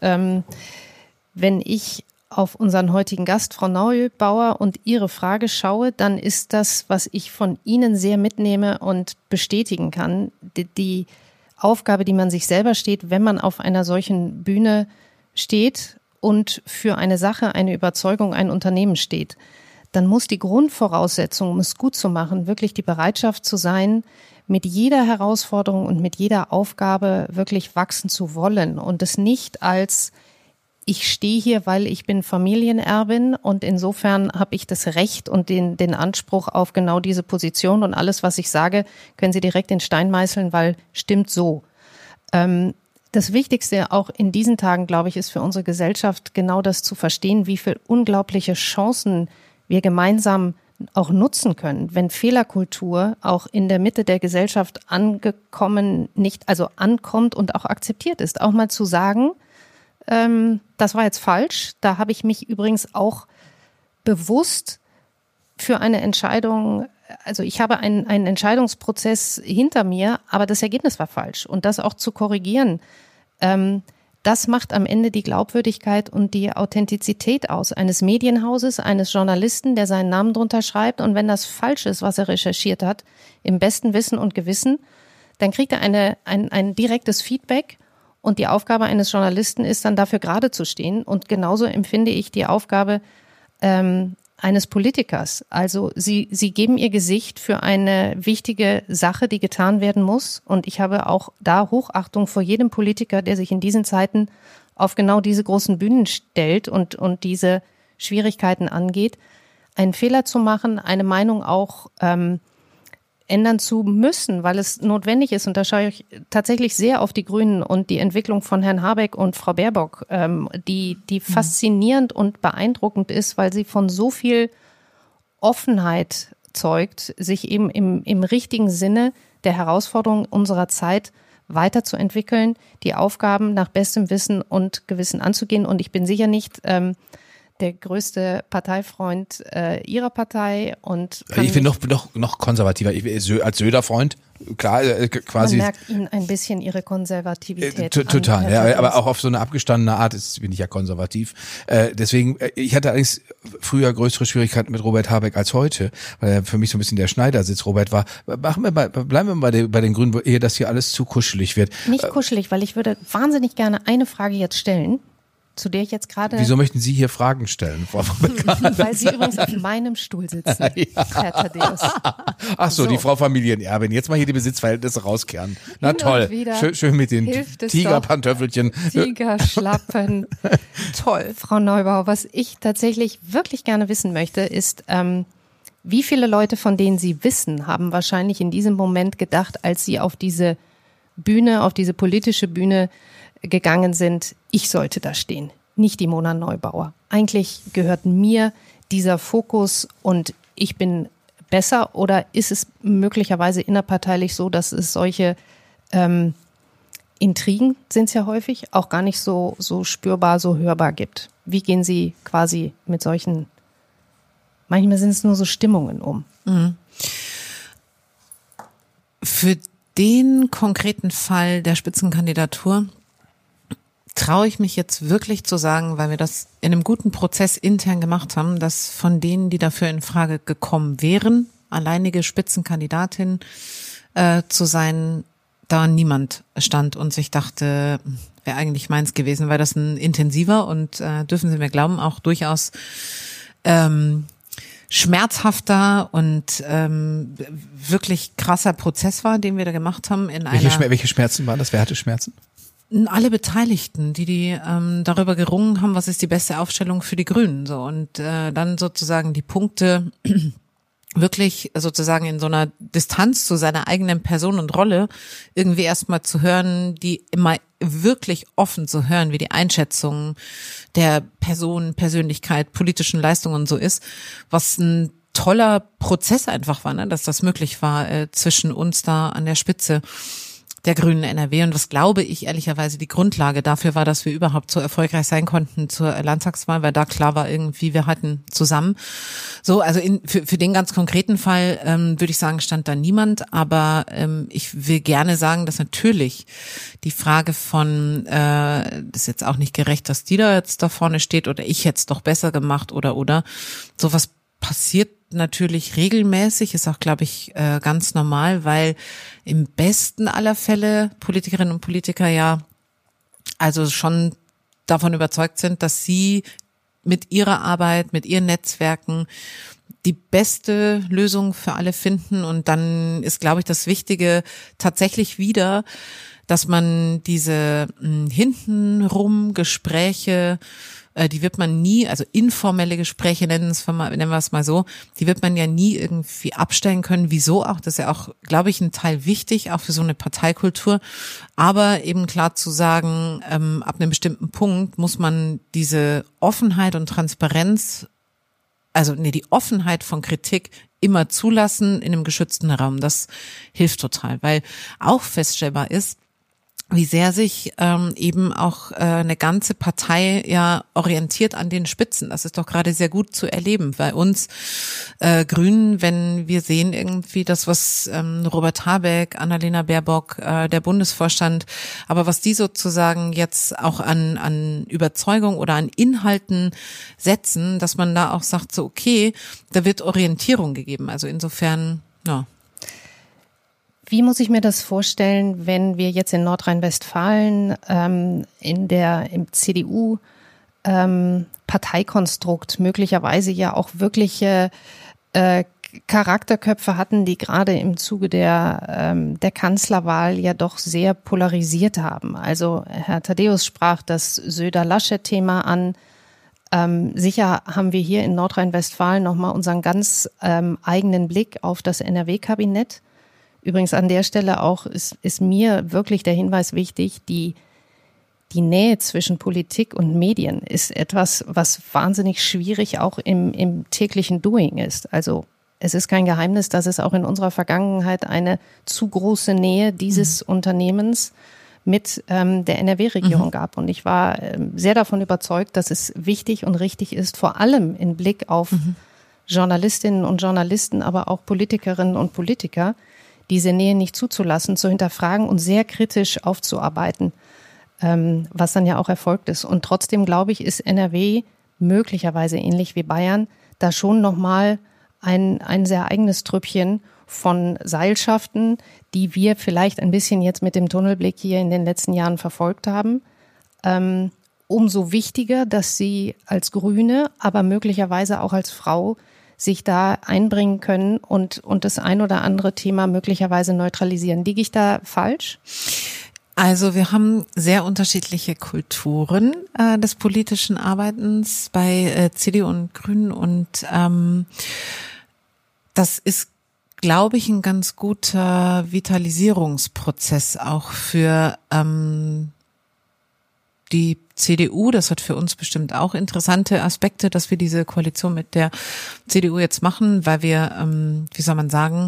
wenn ich auf unseren heutigen Gast, Frau Neubauer, und Ihre Frage schaue, dann ist das, was ich von Ihnen sehr mitnehme und bestätigen kann, die Aufgabe, die man sich selber steht, wenn man auf einer solchen Bühne steht und für eine Sache, eine Überzeugung, ein Unternehmen steht, dann muss die Grundvoraussetzung, um es gut zu machen, wirklich die Bereitschaft zu sein, mit jeder Herausforderung und mit jeder Aufgabe wirklich wachsen zu wollen und es nicht als ich stehe hier, weil ich bin Familienerbin und insofern habe ich das Recht und den Anspruch auf genau diese Position und alles, was ich sage, können Sie direkt in Stein meißeln, weil stimmt so. Das Wichtigste auch in diesen Tagen, glaube ich, ist für unsere Gesellschaft genau das zu verstehen, wie viel unglaubliche Chancen wir gemeinsam auch nutzen können, wenn Fehlerkultur auch in der Mitte der Gesellschaft ankommt und auch akzeptiert ist. Auch mal zu sagen, das war jetzt falsch. Da habe ich mich übrigens auch bewusst für eine Entscheidung, also ich habe einen Entscheidungsprozess hinter mir, aber das Ergebnis war falsch. Und das auch zu korrigieren, das macht am Ende die Glaubwürdigkeit und die Authentizität aus eines Medienhauses, eines Journalisten, der seinen Namen drunter schreibt. Und wenn das falsch ist, was er recherchiert hat, im besten Wissen und Gewissen, dann kriegt er ein direktes Feedback. Und die Aufgabe eines Journalisten ist dann dafür gerade zu stehen. Und genauso empfinde ich die Aufgabe eines Politikers. Also sie geben ihr Gesicht für eine wichtige Sache, die getan werden muss. Und ich habe auch da Hochachtung vor jedem Politiker, der sich in diesen Zeiten auf genau diese großen Bühnen stellt und diese Schwierigkeiten angeht. Einen Fehler zu machen, eine Meinung auch ändern zu müssen, weil es notwendig ist. Und da schaue ich tatsächlich sehr auf die Grünen und die Entwicklung von Herrn Habeck und Frau Baerbock, die faszinierend und beeindruckend ist, weil sie von so viel Offenheit zeugt, sich eben im richtigen Sinne der Herausforderungen unserer Zeit weiterzuentwickeln, die Aufgaben nach bestem Wissen und Gewissen anzugehen. Und ich bin sicher nicht der größte Parteifreund Ihrer Partei und ich bin noch konservativer. Als Söder-Freund, klar, quasi. Man merkt Ihnen ein bisschen Ihre Konservativität total, an, ja, aber auch auf so eine abgestandene Art bin ich ja konservativ. Deswegen, ich hatte allerdings früher größere Schwierigkeiten mit Robert Habeck als heute, weil er für mich so ein bisschen der Schneidersitz Robert war. Bleiben wir bei den Grünen, ehe das hier alles zu kuschelig wird. Nicht kuschelig, weil ich würde wahnsinnig gerne eine Frage jetzt stellen. zu der ich jetzt gerade... Wieso möchten Sie hier Fragen stellen, Frau Becker? Weil Sie übrigens auf meinem Stuhl sitzen, Herr Thaddäus. Ach so, die Frau Familienerbin. Jetzt mal hier die Besitzverhältnisse rauskehren. Na toll. Schön mit den Tigerpantöffelchen. Tigerschlappen. Toll. Frau Neubauer, was ich tatsächlich wirklich gerne wissen möchte, ist, wie viele Leute, von denen Sie wissen, haben wahrscheinlich in diesem Moment gedacht, als Sie auf diese Bühne, auf diese politische Bühne gegangen sind, ich sollte da stehen, nicht die Mona Neubauer. Eigentlich gehört mir dieser Fokus und ich bin besser, oder ist es möglicherweise innerparteilich so, dass es solche Intrigen, sind es ja häufig, auch gar nicht so spürbar, so hörbar gibt? Wie gehen Sie quasi mit solchen, manchmal sind es nur so Stimmungen um? Mhm. Für den konkreten Fall der Spitzenkandidatur traue ich mich jetzt wirklich zu sagen, weil wir das in einem guten Prozess intern gemacht haben, dass von denen, die dafür in Frage gekommen wären, alleinige Spitzenkandidatin zu sein, da niemand stand und sich dachte, wäre eigentlich meins gewesen, weil das ein intensiver und dürfen Sie mir glauben, auch durchaus schmerzhafter und wirklich krasser Prozess war, den wir da gemacht haben. Welche Schmerzen waren das? Wer hatte Schmerzen? Alle Beteiligten, die darüber gerungen haben, was ist die beste Aufstellung für die Grünen, so, und dann sozusagen die Punkte wirklich sozusagen in so einer Distanz zu seiner eigenen Person und Rolle irgendwie erstmal zu hören, die immer wirklich offen zu hören, wie die Einschätzung der Person, Persönlichkeit, politischen Leistungen und so ist, was ein toller Prozess einfach war, ne, dass das möglich war zwischen uns da an der Spitze der Grünen NRW, und was, glaube ich, ehrlicherweise die Grundlage dafür war, dass wir überhaupt so erfolgreich sein konnten zur Landtagswahl, weil da klar war irgendwie, wir hatten zusammen. So, also für den ganz konkreten Fall würde ich sagen, stand da niemand, aber ich will gerne sagen, dass natürlich die Frage von, das ist jetzt auch nicht gerecht, dass die da jetzt da vorne steht oder ich hätte es doch besser gemacht oder, sowas passiert natürlich regelmäßig, ist auch, glaube ich, ganz normal, weil im besten aller Fälle Politikerinnen und Politiker ja also schon davon überzeugt sind, dass sie mit ihrer Arbeit, mit ihren Netzwerken die beste Lösung für alle finden. Und dann ist, glaube ich, das Wichtige tatsächlich wieder, dass man diese hintenrum Gespräche, die wird man nie, also informelle Gespräche nennen wir es mal so, die wird man ja nie irgendwie abstellen können. Wieso auch? Das ist ja auch, glaube ich, ein Teil wichtig, auch für so eine Parteikultur. Aber eben klar zu sagen, ab einem bestimmten Punkt muss man diese Offenheit und Transparenz, die Offenheit von Kritik immer zulassen in einem geschützten Raum. Das hilft total, weil auch feststellbar ist, wie sehr sich eben auch eine ganze Partei ja orientiert an den Spitzen. Das ist doch gerade sehr gut zu erleben. Bei uns Grünen, wenn wir sehen irgendwie das, was Robert Habeck, Annalena Baerbock, der Bundesvorstand, aber was die sozusagen jetzt auch an Überzeugung oder an Inhalten setzen, dass man da auch sagt, so okay, da wird Orientierung gegeben. Also insofern, ja. Wie muss ich mir das vorstellen, wenn wir jetzt in Nordrhein-Westfalen im CDU-Parteikonstrukt möglicherweise ja auch wirkliche Charakterköpfe hatten, die gerade im Zuge der Kanzlerwahl ja doch sehr polarisiert haben. Also Herr Thaddäus sprach das Söder-Laschet-Thema an. Sicher haben wir hier in Nordrhein-Westfalen nochmal unseren ganz eigenen Blick auf das NRW-Kabinett. Übrigens an der Stelle auch ist mir wirklich der Hinweis wichtig, die Nähe zwischen Politik und Medien ist etwas, was wahnsinnig schwierig auch im täglichen Doing ist. Also es ist kein Geheimnis, dass es auch in unserer Vergangenheit eine zu große Nähe dieses Unternehmens mit der NRW-Regierung gab. Und ich war sehr davon überzeugt, dass es wichtig und richtig ist, vor allem in Blick auf Journalistinnen und Journalisten, aber auch Politikerinnen und Politiker, diese Nähe nicht zuzulassen, zu hinterfragen und sehr kritisch aufzuarbeiten, was dann ja auch erfolgt ist. Und trotzdem, glaube ich, ist NRW möglicherweise ähnlich wie Bayern da schon nochmal ein sehr eigenes Trüppchen von Seilschaften, die wir vielleicht ein bisschen jetzt mit dem Tunnelblick hier in den letzten Jahren verfolgt haben. umso wichtiger, dass Sie als Grüne, aber möglicherweise auch als Frau sich da einbringen können und das ein oder andere Thema möglicherweise neutralisieren. Liege ich da falsch? Also wir haben sehr unterschiedliche Kulturen des politischen Arbeitens bei CDU und Grünen und das ist, glaube ich, ein ganz guter Vitalisierungsprozess auch für die CDU. Das hat für uns bestimmt auch interessante Aspekte, dass wir diese Koalition mit der CDU jetzt machen, weil wir, wie soll man sagen,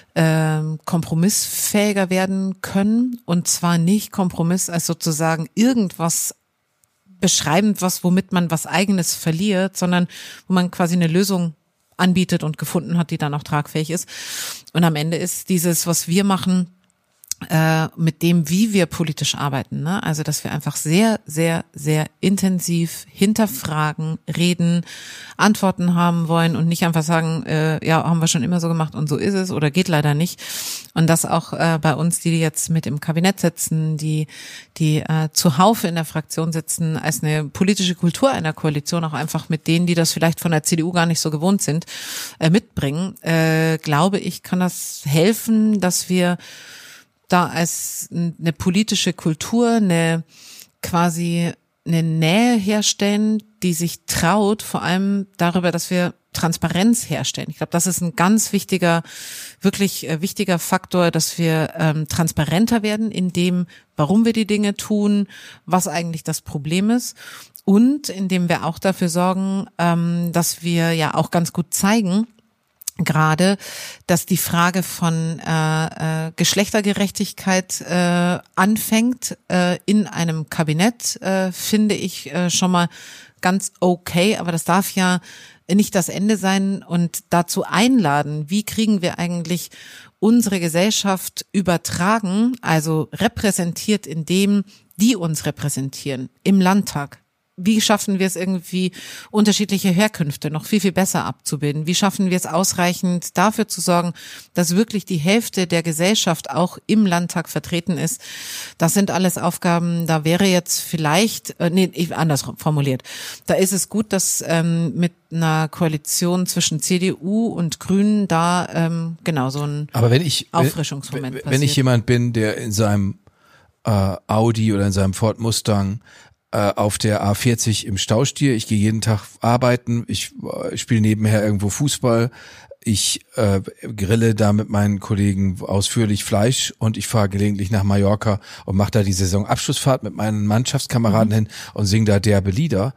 kompromissfähiger werden können, und zwar nicht Kompromiss als sozusagen irgendwas beschreibend, womit man was Eigenes verliert, sondern wo man quasi eine Lösung anbietet und gefunden hat, die dann auch tragfähig ist. Und am Ende ist dieses, was wir machen, mit dem, wie wir politisch arbeiten, ne? Also, dass wir einfach sehr, sehr, sehr intensiv hinterfragen, reden, Antworten haben wollen und nicht einfach sagen, ja, haben wir schon immer so gemacht und so ist es oder geht leider nicht. Und das auch bei uns, die jetzt mit im Kabinett sitzen, die zuhauf in der Fraktion sitzen, als eine politische Kultur einer Koalition auch einfach mit denen, die das vielleicht von der CDU gar nicht so gewohnt sind, mitbringen, glaube ich, kann das helfen, dass wir da als eine politische Kultur quasi eine Nähe herstellen, die sich traut, vor allem darüber, dass wir Transparenz herstellen. Ich glaube, das ist ein ganz wirklich wichtiger Faktor, dass wir transparenter werden in dem, warum wir die Dinge tun, was eigentlich das Problem ist, und indem wir auch dafür sorgen, dass wir ja auch ganz gut zeigen, gerade, dass die Frage von Geschlechtergerechtigkeit anfängt in einem Kabinett, finde ich schon mal ganz okay, aber das darf ja nicht das Ende sein, und dazu einladen, wie kriegen wir eigentlich unsere Gesellschaft übertragen, also repräsentiert in dem, die uns repräsentieren, im Landtag. Wie schaffen wir es irgendwie, unterschiedliche Herkünfte noch viel, viel besser abzubilden? Wie schaffen wir es ausreichend dafür zu sorgen, dass wirklich die Hälfte der Gesellschaft auch im Landtag vertreten ist? Das sind alles Aufgaben, da wäre jetzt vielleicht, anders formuliert, da ist es gut, dass mit einer Koalition zwischen CDU und Grünen da genau so ein Auffrischungsmoment passiert. Wenn ich jemand bin, der in seinem Audi oder in seinem Ford Mustang auf der A40 im Stau stehe, ich gehe jeden Tag arbeiten, ich spiele nebenher irgendwo Fußball, ich grille da mit meinen Kollegen ausführlich Fleisch und ich fahre gelegentlich nach Mallorca und mache da die Saisonabschlussfahrt mit meinen Mannschaftskameraden hin und singe da derbe Lieder,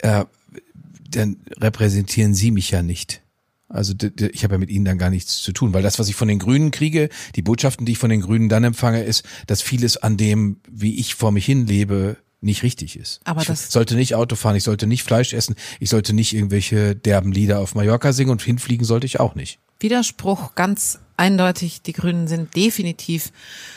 dann repräsentieren sie mich ja nicht. Also ich habe ja mit ihnen dann gar nichts zu tun, weil das, was ich von den Grünen kriege, die Botschaften, die ich von den Grünen dann empfange, ist, dass vieles an dem, wie ich vor mich hin lebe, nicht richtig ist. Aber ich sollte nicht Auto fahren, ich sollte nicht Fleisch essen, ich sollte nicht irgendwelche derben Lieder auf Mallorca singen und hinfliegen sollte ich auch nicht. Widerspruch ganz eindeutig, die Grünen sind definitiv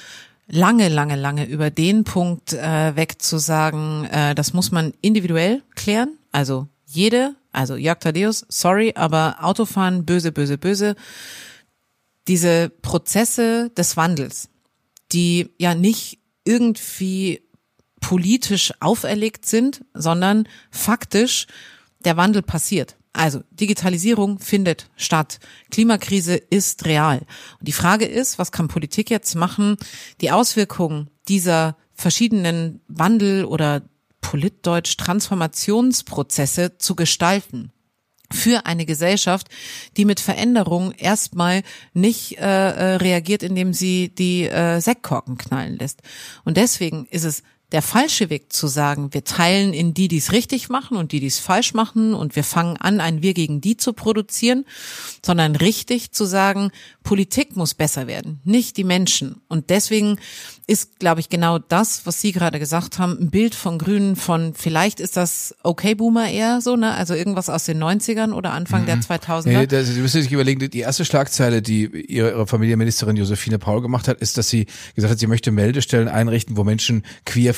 lange über den Punkt weg zu sagen, das muss man individuell klären, also Jörg Thaddeus, sorry, aber Autofahren, böse, böse, böse. Diese Prozesse des Wandels, die ja nicht irgendwie politisch auferlegt sind, sondern faktisch der Wandel passiert. Also Digitalisierung findet statt. Klimakrise ist real. Und die Frage ist, was kann Politik jetzt machen, die Auswirkungen dieser verschiedenen Wandel- oder politdeutsch Transformationsprozesse zu gestalten für eine Gesellschaft, die mit Veränderung erstmal nicht reagiert, indem sie die Sektkorken knallen lässt. Und deswegen ist es der falsche Weg zu sagen, wir teilen in die es richtig machen und die es falsch machen und wir fangen an, ein Wir gegen die zu produzieren, sondern richtig zu sagen, Politik muss besser werden, nicht die Menschen. Und deswegen ist, glaube ich, genau das, was Sie gerade gesagt haben, ein Bild von Grünen von, vielleicht ist das Okay-Boomer eher so, ne? Also irgendwas aus den 90ern oder Anfang der 2000er. Nee, Sie müssen sich überlegen, die erste Schlagzeile, die Ihre Familienministerin Josephine Paul gemacht hat, ist, dass sie gesagt hat, sie möchte Meldestellen einrichten, wo Menschen queer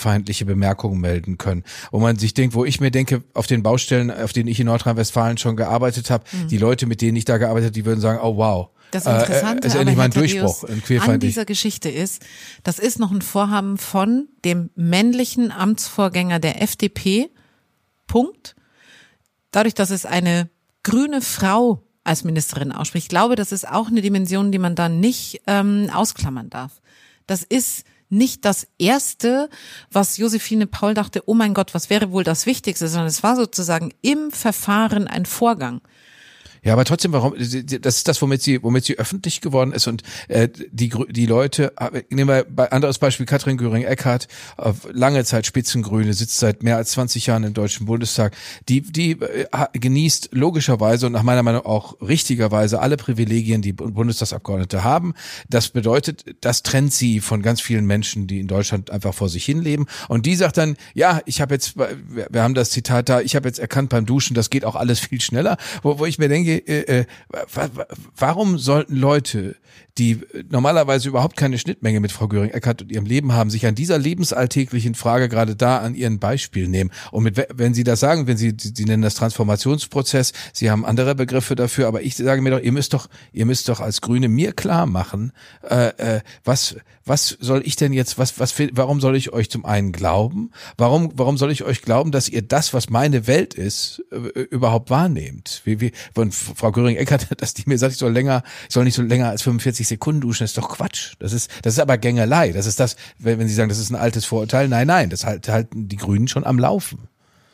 queerfeindliche Bemerkungen melden können. Wo man sich denkt, wo ich mir denke, auf den Baustellen, auf denen ich in Nordrhein-Westfalen schon gearbeitet habe, die Leute, mit denen ich da gearbeitet habe, die würden sagen, oh wow. Das Interessante ist endlich mal ein Durchbruch an dieser Geschichte ist, das ist noch ein Vorhaben von dem männlichen Amtsvorgänger der FDP. Punkt. Dadurch, dass es eine grüne Frau als Ministerin ausspricht, ich glaube, das ist auch eine Dimension, die man da nicht ausklammern darf. Das ist nicht das Erste, was Josephine Paul dachte, oh mein Gott, was wäre wohl das Wichtigste, sondern es war sozusagen im Verfahren ein Vorgang. Ja, aber trotzdem, warum? Das ist das, womit sie öffentlich geworden ist und die Leute. Nehmen wir ein anderes Beispiel: Katrin Göring-Eckardt, lange Zeit Spitzengrüne, sitzt seit mehr als 20 Jahren im Deutschen Bundestag. Die genießt logischerweise und nach meiner Meinung auch richtigerweise alle Privilegien, die Bundestagsabgeordnete haben. Das bedeutet, das trennt sie von ganz vielen Menschen, die in Deutschland einfach vor sich hin leben. Und die sagt dann: Ja, ich habe jetzt, wir haben das Zitat da, ich habe jetzt erkannt beim Duschen, das geht auch alles viel schneller. Wo ich mir denke, warum sollten Leute, die normalerweise überhaupt keine Schnittmenge mit Frau Göring-Eckardt und ihrem Leben haben, sich an dieser lebensalltäglichen Frage gerade da an ihren Beispiel nehmen? Und wenn Sie das sagen, wenn Sie nennen das Transformationsprozess, Sie haben andere Begriffe dafür, aber ich sage mir doch, ihr müsst doch als Grüne mir klar machen, was soll ich denn jetzt, warum soll ich euch zum einen glauben? Warum soll ich euch glauben, dass ihr das, was meine Welt ist, überhaupt wahrnehmt? Von Frau Göring-Eckardt, dass die mir sagt, ich soll nicht so länger als 45 Sekunden duschen, ist doch Quatsch. Das ist aber Gängelei. Das ist das, wenn Sie sagen, das ist ein altes Vorurteil. Nein, das halten die Grünen schon am Laufen.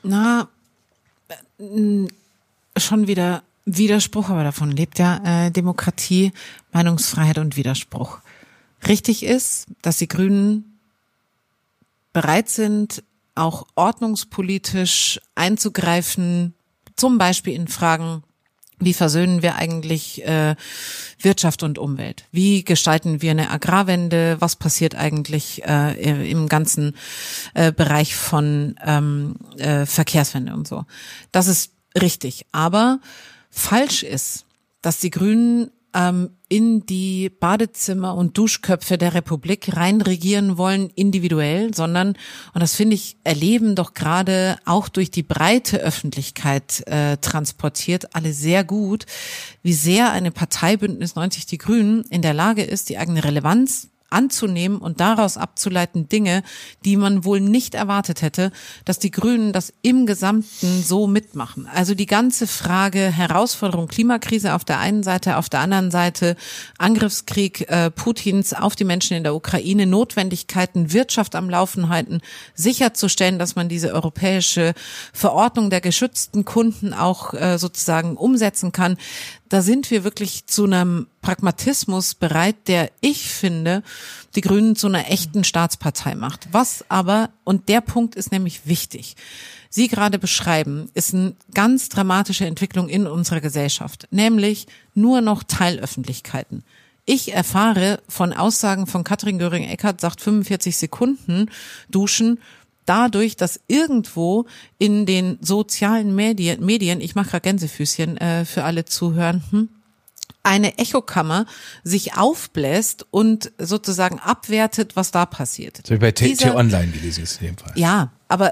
Schon wieder Widerspruch, aber davon lebt ja Demokratie, Meinungsfreiheit und Widerspruch. Richtig ist, dass die Grünen bereit sind, auch ordnungspolitisch einzugreifen, zum Beispiel in Fragen, wie versöhnen wir eigentlich Wirtschaft und Umwelt? Wie gestalten wir eine Agrarwende? Was passiert eigentlich im ganzen Bereich von Verkehrswende und so? Das ist richtig. Aber falsch ist, dass die Grünen in die Badezimmer und Duschköpfe der Republik rein regieren wollen, individuell, sondern, und das finde ich, erleben doch gerade auch durch die breite Öffentlichkeit transportiert, alle sehr gut, wie sehr eine Partei Bündnis 90 Die Grünen in der Lage ist, die eigene Relevanz anzunehmen und daraus abzuleiten Dinge, die man wohl nicht erwartet hätte, dass die Grünen das im Gesamten so mitmachen. Also die ganze Frage Herausforderung Klimakrise auf der einen Seite, auf der anderen Seite Angriffskrieg Putins auf die Menschen in der Ukraine, Notwendigkeiten, Wirtschaft am Laufen halten, sicherzustellen, dass man diese europäische Verordnung der geschützten Kunden auch sozusagen umsetzen kann. Da sind wir wirklich zu einem Pragmatismus bereit, der, ich finde, die Grünen zu einer echten Staatspartei macht. Was aber, und der Punkt ist nämlich wichtig, Sie gerade beschreiben, ist eine ganz dramatische Entwicklung in unserer Gesellschaft, nämlich nur noch Teilöffentlichkeiten. Ich erfahre von Aussagen von Katrin Göring-Eckardt, sagt 45 Sekunden duschen, dadurch, dass irgendwo in den sozialen Medien, ich mache gerade Gänsefüßchen für alle Zuhörenden, eine Echokammer sich aufbläst und sozusagen abwertet, was da passiert. Das habe ich bei T-Online gelesen in dem Fall. Ja, aber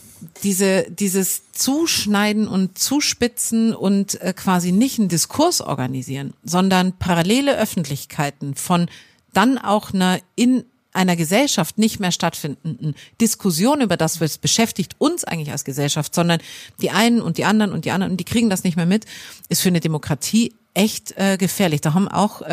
dieses Zuschneiden und Zuspitzen und quasi nicht einen Diskurs organisieren, sondern parallele Öffentlichkeiten von dann auch in einer Gesellschaft nicht mehr stattfindenden Diskussion über das, was beschäftigt uns eigentlich als Gesellschaft, sondern die einen und die anderen und die kriegen das nicht mehr mit, ist für eine Demokratie echt gefährlich. Da haben auch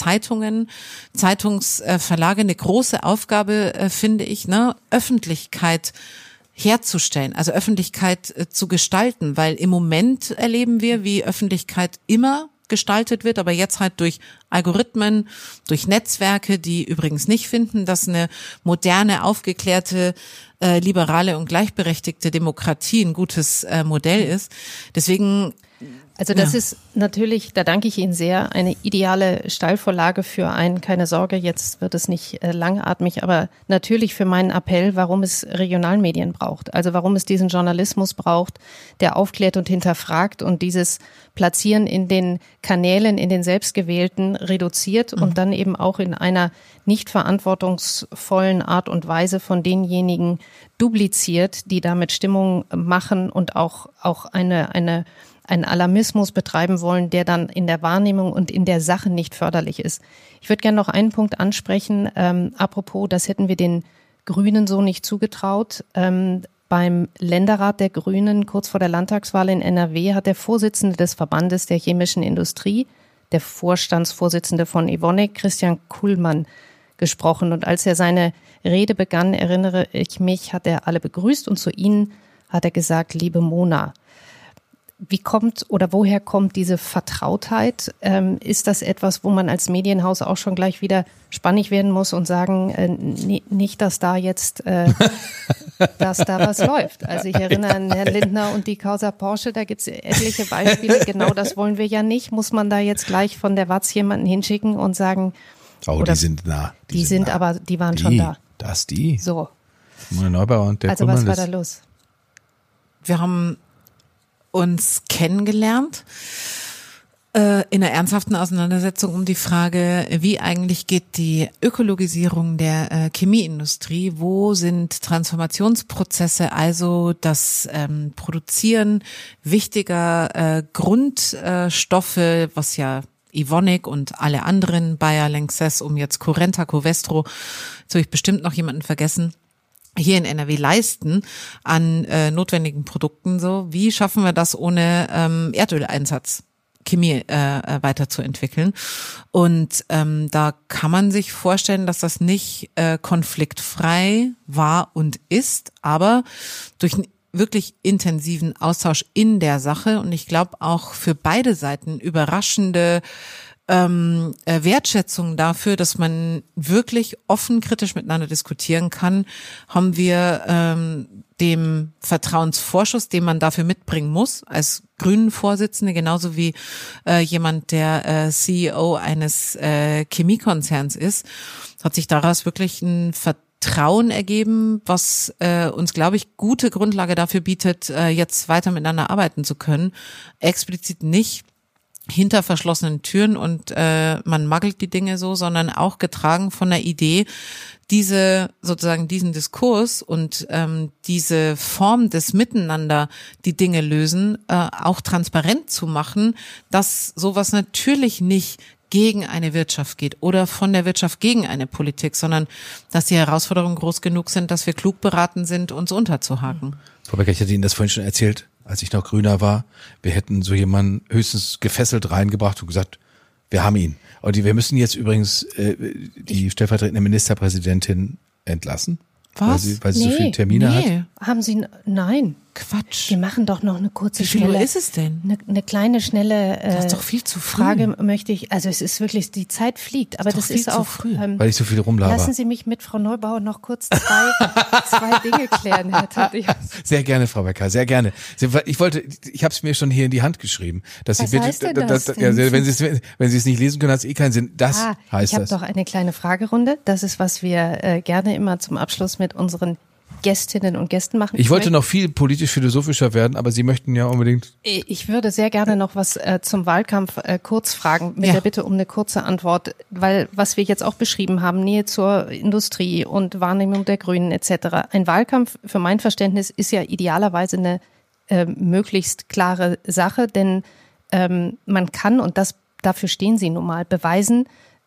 Zeitungsverlage eine große Aufgabe, finde ich, Öffentlichkeit herzustellen, also Öffentlichkeit zu gestalten, weil im Moment erleben wir, wie Öffentlichkeit immer gestaltet wird, aber jetzt halt durch Algorithmen, durch Netzwerke, die übrigens nicht finden, dass eine moderne, aufgeklärte, liberale und gleichberechtigte Demokratie ein gutes Modell ist. Deswegen Also das ist natürlich, da danke ich Ihnen sehr, eine ideale Steilvorlage für ein, keine Sorge, jetzt wird es nicht langatmig, aber natürlich für meinen Appell, warum es Regionalmedien braucht. Also warum es diesen Journalismus braucht, der aufklärt und hinterfragt und dieses Platzieren in den Kanälen, in den selbstgewählten reduziert und dann eben auch in einer nicht verantwortungsvollen Art und Weise von denjenigen dupliziert, die damit Stimmung machen und auch einen Alarmismus betreiben wollen, der dann in der Wahrnehmung und in der Sache nicht förderlich ist. Ich würde gerne noch einen Punkt ansprechen, apropos, das hätten wir den Grünen so nicht zugetraut. Beim Länderrat der Grünen, kurz vor der Landtagswahl in NRW, hat der Vorsitzende des Verbandes der chemischen Industrie, der Vorstandsvorsitzende von Evonik, Christian Kuhlmann, gesprochen. Und als er seine Rede begann, erinnere ich mich, hat er alle begrüßt und zu ihnen hat er gesagt, liebe Mona. Wie kommt oder woher kommt diese Vertrautheit? Ist das etwas, wo man als Medienhaus auch schon gleich wieder spannig werden muss und sagen, nicht, dass da jetzt, dass da was läuft? Also ich erinnere an Herrn Lindner und die Causa Porsche, da gibt es etliche Beispiele. Genau das wollen wir ja nicht. Muss man da jetzt gleich von der Watz jemanden hinschicken und sagen, die sind nah. Die sind nah. Aber die waren schon da. Das die. So. Simone Neubauer und der Also was war da los? Wir haben uns kennengelernt in einer ernsthaften Auseinandersetzung um die Frage, wie eigentlich geht die Ökologisierung der Chemieindustrie, wo sind Transformationsprozesse, also das Produzieren wichtiger Grundstoffe, was ja Evonik und alle anderen, Bayer, Lanxess, um jetzt Currenta, Covestro, jetzt habe ich bestimmt noch jemanden vergessen, hier in NRW leisten an notwendigen Produkten. So, wie schaffen wir das ohne Erdöleinsatz, Chemie weiterzuentwickeln? Und da kann man sich vorstellen, dass das nicht konfliktfrei war und ist, aber durch einen wirklich intensiven Austausch in der Sache und ich glaube auch für beide Seiten überraschende Wertschätzung dafür, dass man wirklich offen kritisch miteinander diskutieren kann, haben wir dem Vertrauensvorschuss, den man dafür mitbringen muss, als Grünen-Vorsitzende, genauso wie jemand, der CEO eines Chemiekonzerns ist, hat sich daraus wirklich ein Vertrauen ergeben, was uns, glaube ich, gute Grundlage dafür bietet, jetzt weiter miteinander arbeiten zu können. Explizit nicht hinter verschlossenen Türen und man magelt die Dinge so, sondern auch getragen von der Idee, diesen Diskurs und diese Form des Miteinander, die Dinge lösen, auch transparent zu machen, dass sowas natürlich nicht gegen eine Wirtschaft geht oder von der Wirtschaft gegen eine Politik, sondern dass die Herausforderungen groß genug sind, dass wir klug beraten sind, uns unterzuhaken. Frau Becker, ich hatte Ihnen das vorhin schon erzählt, als ich noch Grüner war. Wir hätten so jemanden höchstens gefesselt reingebracht und gesagt, wir haben ihn. Und wir müssen jetzt übrigens die stellvertretende Ministerpräsidentin entlassen. Was? Weil sie so viele Termine hat. Haben Sie, nein. Quatsch. Wir machen doch noch eine kurze, Wie viel Uhr ist es denn? Eine kleine, schnelle das ist doch viel zu früh. Frage möchte ich, also es ist wirklich, die Zeit fliegt, aber das ist auch, weil ich so viel rumlaber. Lassen Sie mich mit Frau Neubauer noch kurz zwei Dinge klären, Herr Thaddeus. Sehr gerne, Frau Becker, sehr gerne. Ich habe es mir schon hier in die Hand geschrieben, dass Was Sie bitte, heißt denn das wenn Sie es nicht lesen können, hat es keinen Sinn. Das heißt ich das. Ich habe doch eine kleine Fragerunde. Das ist, was wir gerne immer zum Abschluss mit unseren Gästinnen und Gästen machen. Ich wollte noch viel politisch-philosophischer werden, aber Sie möchten ja unbedingt. Ich würde sehr gerne noch was zum Wahlkampf kurz fragen, mit der Bitte um eine kurze Antwort, weil was wir jetzt auch beschrieben haben, Nähe zur Industrie und Wahrnehmung der Grünen etc. Ein Wahlkampf, für mein Verständnis, ist ja idealerweise eine möglichst klare Sache, denn man kann, und dafür stehen Sie nun mal, beweisen,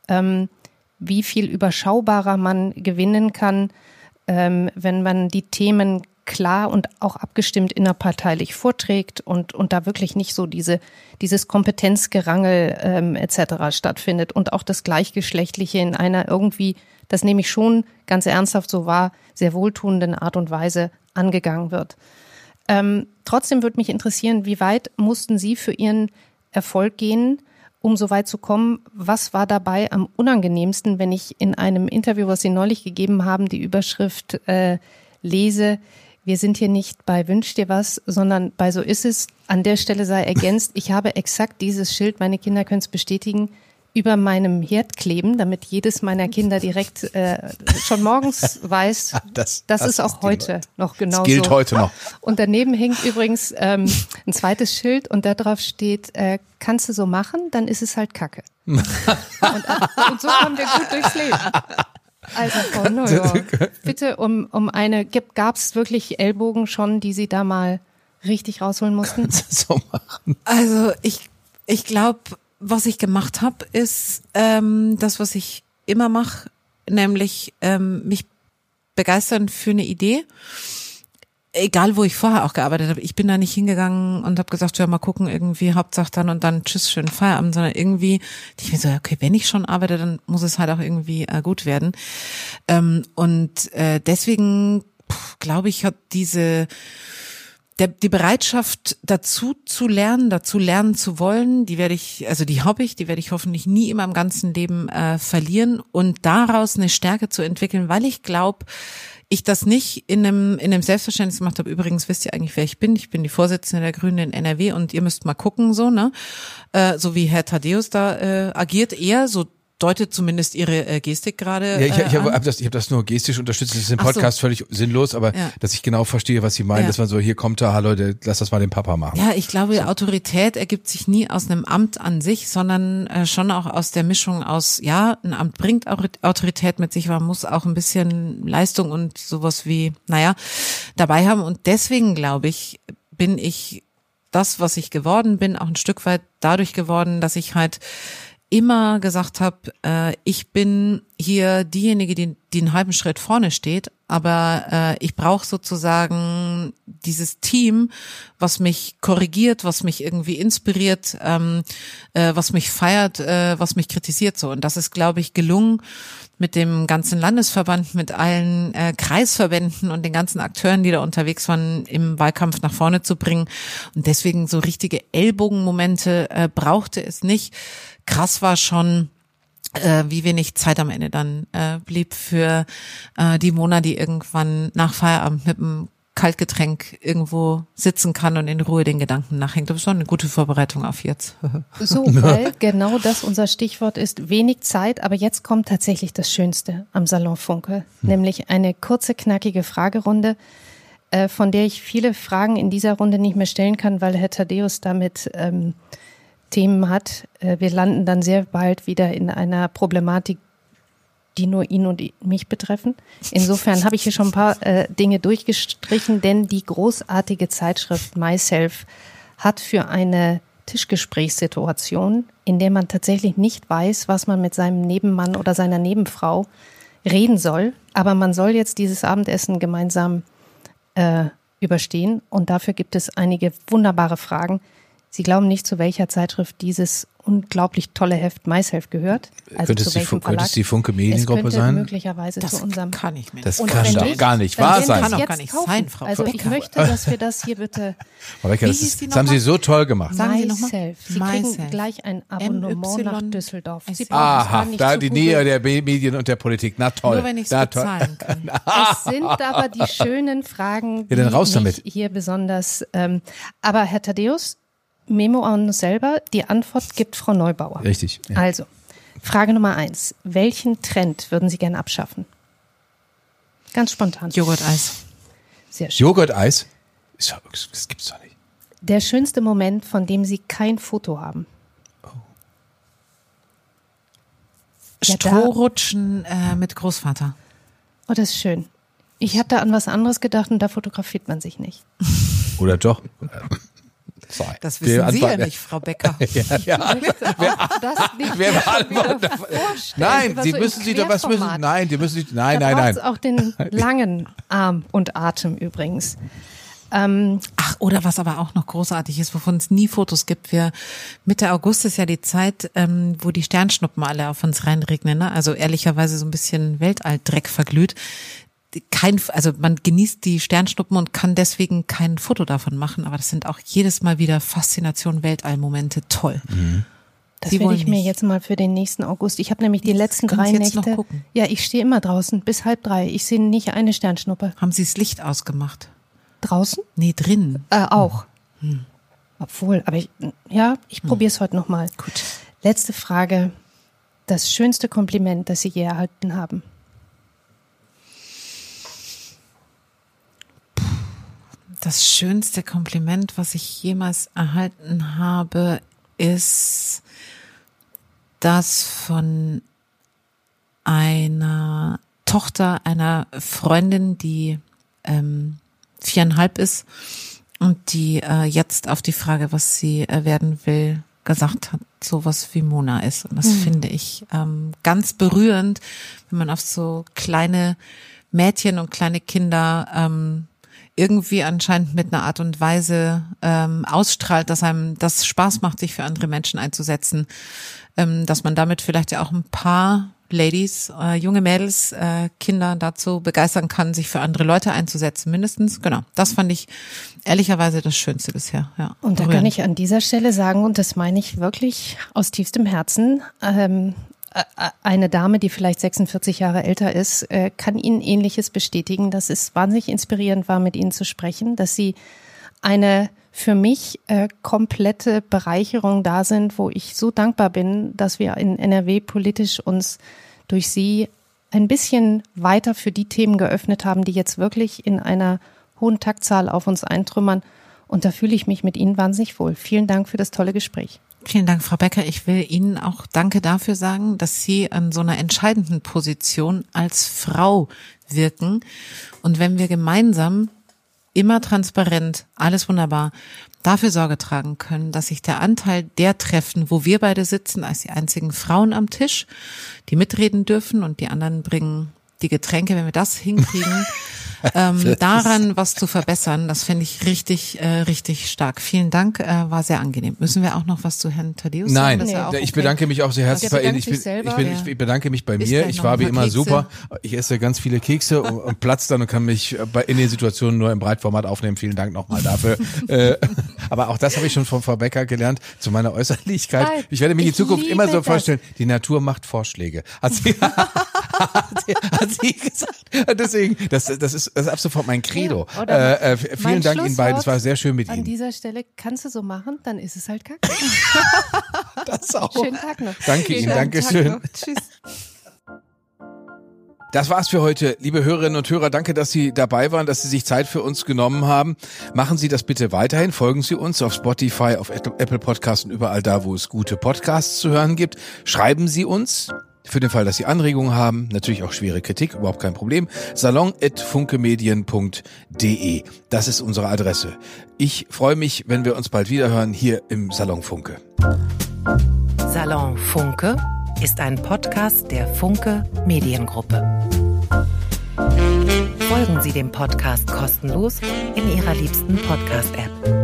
wie viel überschaubarer man gewinnen kann, wenn man die Themen klar und auch abgestimmt innerparteilich vorträgt und da wirklich nicht so dieses Kompetenzgerangel etc. stattfindet und auch das Gleichgeschlechtliche in einer irgendwie, das nehme ich schon ganz ernsthaft so wahr, sehr wohltuenden Art und Weise angegangen wird. Trotzdem würde mich interessieren, wie weit mussten Sie für Ihren Erfolg gehen, um so weit zu kommen? Was war dabei am unangenehmsten, wenn ich in einem Interview, was Sie neulich gegeben haben, die Überschrift lese, Wir sind hier nicht bei Wünsch dir was, sondern bei So ist es. An der Stelle sei ergänzt, ich habe exakt dieses Schild, meine Kinder können es bestätigen, über meinem Herd kleben, damit jedes meiner Kinder direkt schon morgens weiß, das ist auch heute noch genauso. Das gilt heute noch. Und daneben hängt übrigens ein zweites Schild und da drauf steht, kannst du so machen, dann ist es halt Kacke. und so kommen wir gut durchs Leben. Also Frau Neuer, bitte gab es wirklich Ellbogen schon, die Sie da mal richtig rausholen mussten? So machen. Also ich glaube, was ich gemacht habe, ist das, was ich immer mache, nämlich mich begeistern für eine Idee. Egal, wo ich vorher auch gearbeitet habe. Ich bin da nicht hingegangen und habe gesagt, ja, mal gucken, irgendwie Hauptsache dann und dann tschüss, schönen Feierabend, sondern irgendwie, ich mir so, okay, wenn ich schon arbeite, dann muss es halt auch irgendwie gut werden. Deswegen glaube ich, hat die Bereitschaft dazu lernen zu wollen, die werde ich hoffentlich nie in meinem ganzen Leben verlieren und daraus eine Stärke zu entwickeln, weil ich glaube, ich das nicht in einem Selbstverständnis gemacht habe. Übrigens wisst ihr eigentlich, wer ich bin. Ich bin die Vorsitzende der Grünen in NRW und ihr müsst mal gucken, so, ne? So wie Herr Thaddäus da agiert, eher so deutet zumindest Ihre Gestik gerade. Ja, ich hab das nur gestisch unterstützt. Das ist im Podcast völlig sinnlos, aber dass ich genau verstehe, was Sie meinen, dass man so, hier kommt da, hallo, lass das mal den Papa machen. Ja, ich glaube, so. Autorität ergibt sich nie aus einem Amt an sich, sondern schon auch aus der Mischung aus, ja, ein Amt bringt Autorität mit sich, man muss auch ein bisschen Leistung und sowas wie, dabei haben. Und deswegen, glaube ich, bin ich das, was ich geworden bin, auch ein Stück weit dadurch geworden, dass ich halt immer gesagt habe, ich bin hier diejenige, die einen halben Schritt vorne steht, aber ich brauche sozusagen dieses Team, was mich korrigiert, was mich irgendwie inspiriert, was mich feiert, was mich kritisiert so. Und das ist, glaube ich, gelungen mit dem ganzen Landesverband, mit allen Kreisverbänden und den ganzen Akteuren, die da unterwegs waren, im Wahlkampf nach vorne zu bringen. Und deswegen so richtige Ellbogenmomente brauchte es nicht. Krass war schon, wie wenig Zeit am Ende dann blieb für die Mona, die irgendwann nach Feierabend mit einem Kaltgetränk irgendwo sitzen kann und in Ruhe den Gedanken nachhängt. Das ist schon eine gute Vorbereitung auf jetzt. So, weil genau das unser Stichwort ist, wenig Zeit, aber jetzt kommt tatsächlich das Schönste am Salon Funke, nämlich eine kurze, knackige Fragerunde, von der ich viele Fragen in dieser Runde nicht mehr stellen kann, weil Herr Thaddäus damit Themen hat. Wir landen dann sehr bald wieder in einer Problematik, die nur ihn und mich betreffen. Insofern habe ich hier schon ein paar Dinge durchgestrichen, denn die großartige Zeitschrift Myself hat für eine Tischgesprächssituation, in der man tatsächlich nicht weiß, was man mit seinem Nebenmann oder seiner Nebenfrau reden soll, aber man soll jetzt dieses Abendessen gemeinsam überstehen und dafür gibt es einige wunderbare Fragen. Sie glauben nicht, zu welcher Zeitschrift dieses unglaublich tolle Heft Myself gehört. Also könnte es die Funke Mediengruppe sein? Es könnte möglicherweise das zu unserem... kann ich mir Das nicht. kann doch gar nicht wahr sein. Kann doch gar nicht sein, Frau Also ich Becker. möchte, dass wir das hier bitte... Frau Becker, das haben Sie so toll gemacht. Sagen Sie noch mal. Myself. Sie kriegen gleich ein Abonnement nach Düsseldorf. Sie brauchen es Aha, gar nicht da zu die googeln. Nähe der Medien und der Politik. Na toll. Nur wenn ich es Na toll. bezahlen kann. Es sind aber die schönen Fragen, die Ja, dann raus mich damit. hier besonders... aber Herr Thaddäus, Memo an uns selber, die Antwort gibt Frau Neubauer. Richtig. Ja. Also, Frage Nummer 1. Welchen Trend würden Sie gerne abschaffen? Ganz spontan. Joghurt-Eis. Sehr schön. Joghurt-Eis? Das gibt's doch nicht. Der schönste Moment, von dem Sie kein Foto haben. Ja, Strohrutschen mit Großvater. Oh, das ist schön. Ich hatte an was anderes gedacht und da fotografiert man sich nicht. Oder doch? Das wissen Sie ja nicht, Frau Becker. Das nicht Wer wieder beantwortet? vorstellen. Nein, Was Sie so müssen im Sie doch was müssen. Querformat. Nein, die müssen nicht. Nein, Da nein, nein. braucht's auch den langen Arm und Atem übrigens. Ach, oder was aber auch noch großartig ist, wovon es nie Fotos gibt. Mitte August ist ja die Zeit, wo die Sternschnuppen alle auf uns reinregnen, ne? Also ehrlicherweise so ein bisschen Weltalldreck verglüht. Also man genießt die Sternschnuppen und kann deswegen kein Foto davon machen, aber das sind auch jedes Mal wieder Faszination Weltallmomente. Toll. Mhm. Das Sie werde wollen ich mir nicht. jetzt mal für den nächsten August. Ich habe nämlich die letzten können 3 Sie jetzt noch Nächte. gucken? Ja, ich stehe immer draußen bis 2:30. Ich sehe nicht eine Sternschnuppe. Haben Sie das Licht ausgemacht? Draußen? Nee, drin. Auch. Obwohl, aber ich probiere es heute nochmal. Gut. Letzte Frage. Das schönste Kompliment, das Sie je erhalten haben? Das schönste Kompliment, was ich jemals erhalten habe, ist das von einer Tochter einer Freundin, die 4,5 ist und die jetzt auf die Frage, was sie werden will, gesagt hat, sowas wie Mona ist. Und das finde ich ganz berührend, wenn man auf so kleine Mädchen und kleine Kinder irgendwie anscheinend mit einer Art und Weise ausstrahlt, dass einem das Spaß macht, sich für andere Menschen einzusetzen, dass man damit vielleicht ja auch ein paar Ladies, junge Mädels, Kinder dazu begeistern kann, sich für andere Leute einzusetzen, mindestens. Genau, das fand ich ehrlicherweise das Schönste bisher. Ja, und da kann ich an dieser Stelle sagen, und das meine ich wirklich aus tiefstem Herzen, eine Dame, die vielleicht 46 Jahre älter ist, kann Ihnen Ähnliches bestätigen, dass es wahnsinnig inspirierend war, mit Ihnen zu sprechen, dass Sie eine für mich komplette Bereicherung da sind, wo ich so dankbar bin, dass wir in NRW politisch uns durch Sie ein bisschen weiter für die Themen geöffnet haben, die jetzt wirklich in einer hohen Taktzahl auf uns eintrümmern. Und da fühle ich mich mit Ihnen wahnsinnig wohl. Vielen Dank für das tolle Gespräch. Vielen Dank, Frau Becker. Ich will Ihnen auch Danke dafür sagen, dass Sie an so einer entscheidenden Position als Frau wirken. Und wenn wir gemeinsam immer transparent, alles wunderbar, dafür Sorge tragen können, dass sich der Anteil der Treffen, wo wir beide sitzen, als die einzigen Frauen am Tisch, die mitreden dürfen und die anderen bringen die Getränke, wenn wir das hinkriegen, daran was zu verbessern, das fände ich richtig, richtig stark. Vielen Dank, war sehr angenehm. Müssen wir auch noch was zu Herrn Thaddeus sagen? Nein, ich bedanke mich auch sehr herzlich bei Ihnen. Ich bedanke mich bei mir. Ich war wie immer super. Ich esse ganz viele Kekse und platz dann und kann mich in den Situationen nur im Breitformat aufnehmen. Vielen Dank nochmal dafür. Aber auch das habe ich schon von Frau Becker gelernt, zu meiner Äußerlichkeit. Ich werde mich in Zukunft immer so vorstellen, die Natur macht Vorschläge. Hat sie gesagt. Deswegen, das ist ab sofort mein Credo. Ja, vielen Dank Ihnen beiden. Es war sehr schön mit Ihnen. An dieser Stelle kannst du so machen, dann ist es halt kacke. Das auch. Schönen Tag noch. Danke Ihnen, Dankeschön. Tschüss. Das war's für heute, liebe Hörerinnen und Hörer. Danke, dass Sie dabei waren, dass Sie sich Zeit für uns genommen haben. Machen Sie das bitte weiterhin. Folgen Sie uns auf Spotify, auf Apple Podcasts und überall da, wo es gute Podcasts zu hören gibt. Schreiben Sie uns. Für den Fall, dass Sie Anregungen haben, natürlich auch schwere Kritik, überhaupt kein Problem. salon@funkemedien.de. Das ist unsere Adresse. Ich freue mich, wenn wir uns bald wieder hören hier im Salon Funke. Salon Funke ist ein Podcast der Funke Mediengruppe. Folgen Sie dem Podcast kostenlos in Ihrer liebsten Podcast-App.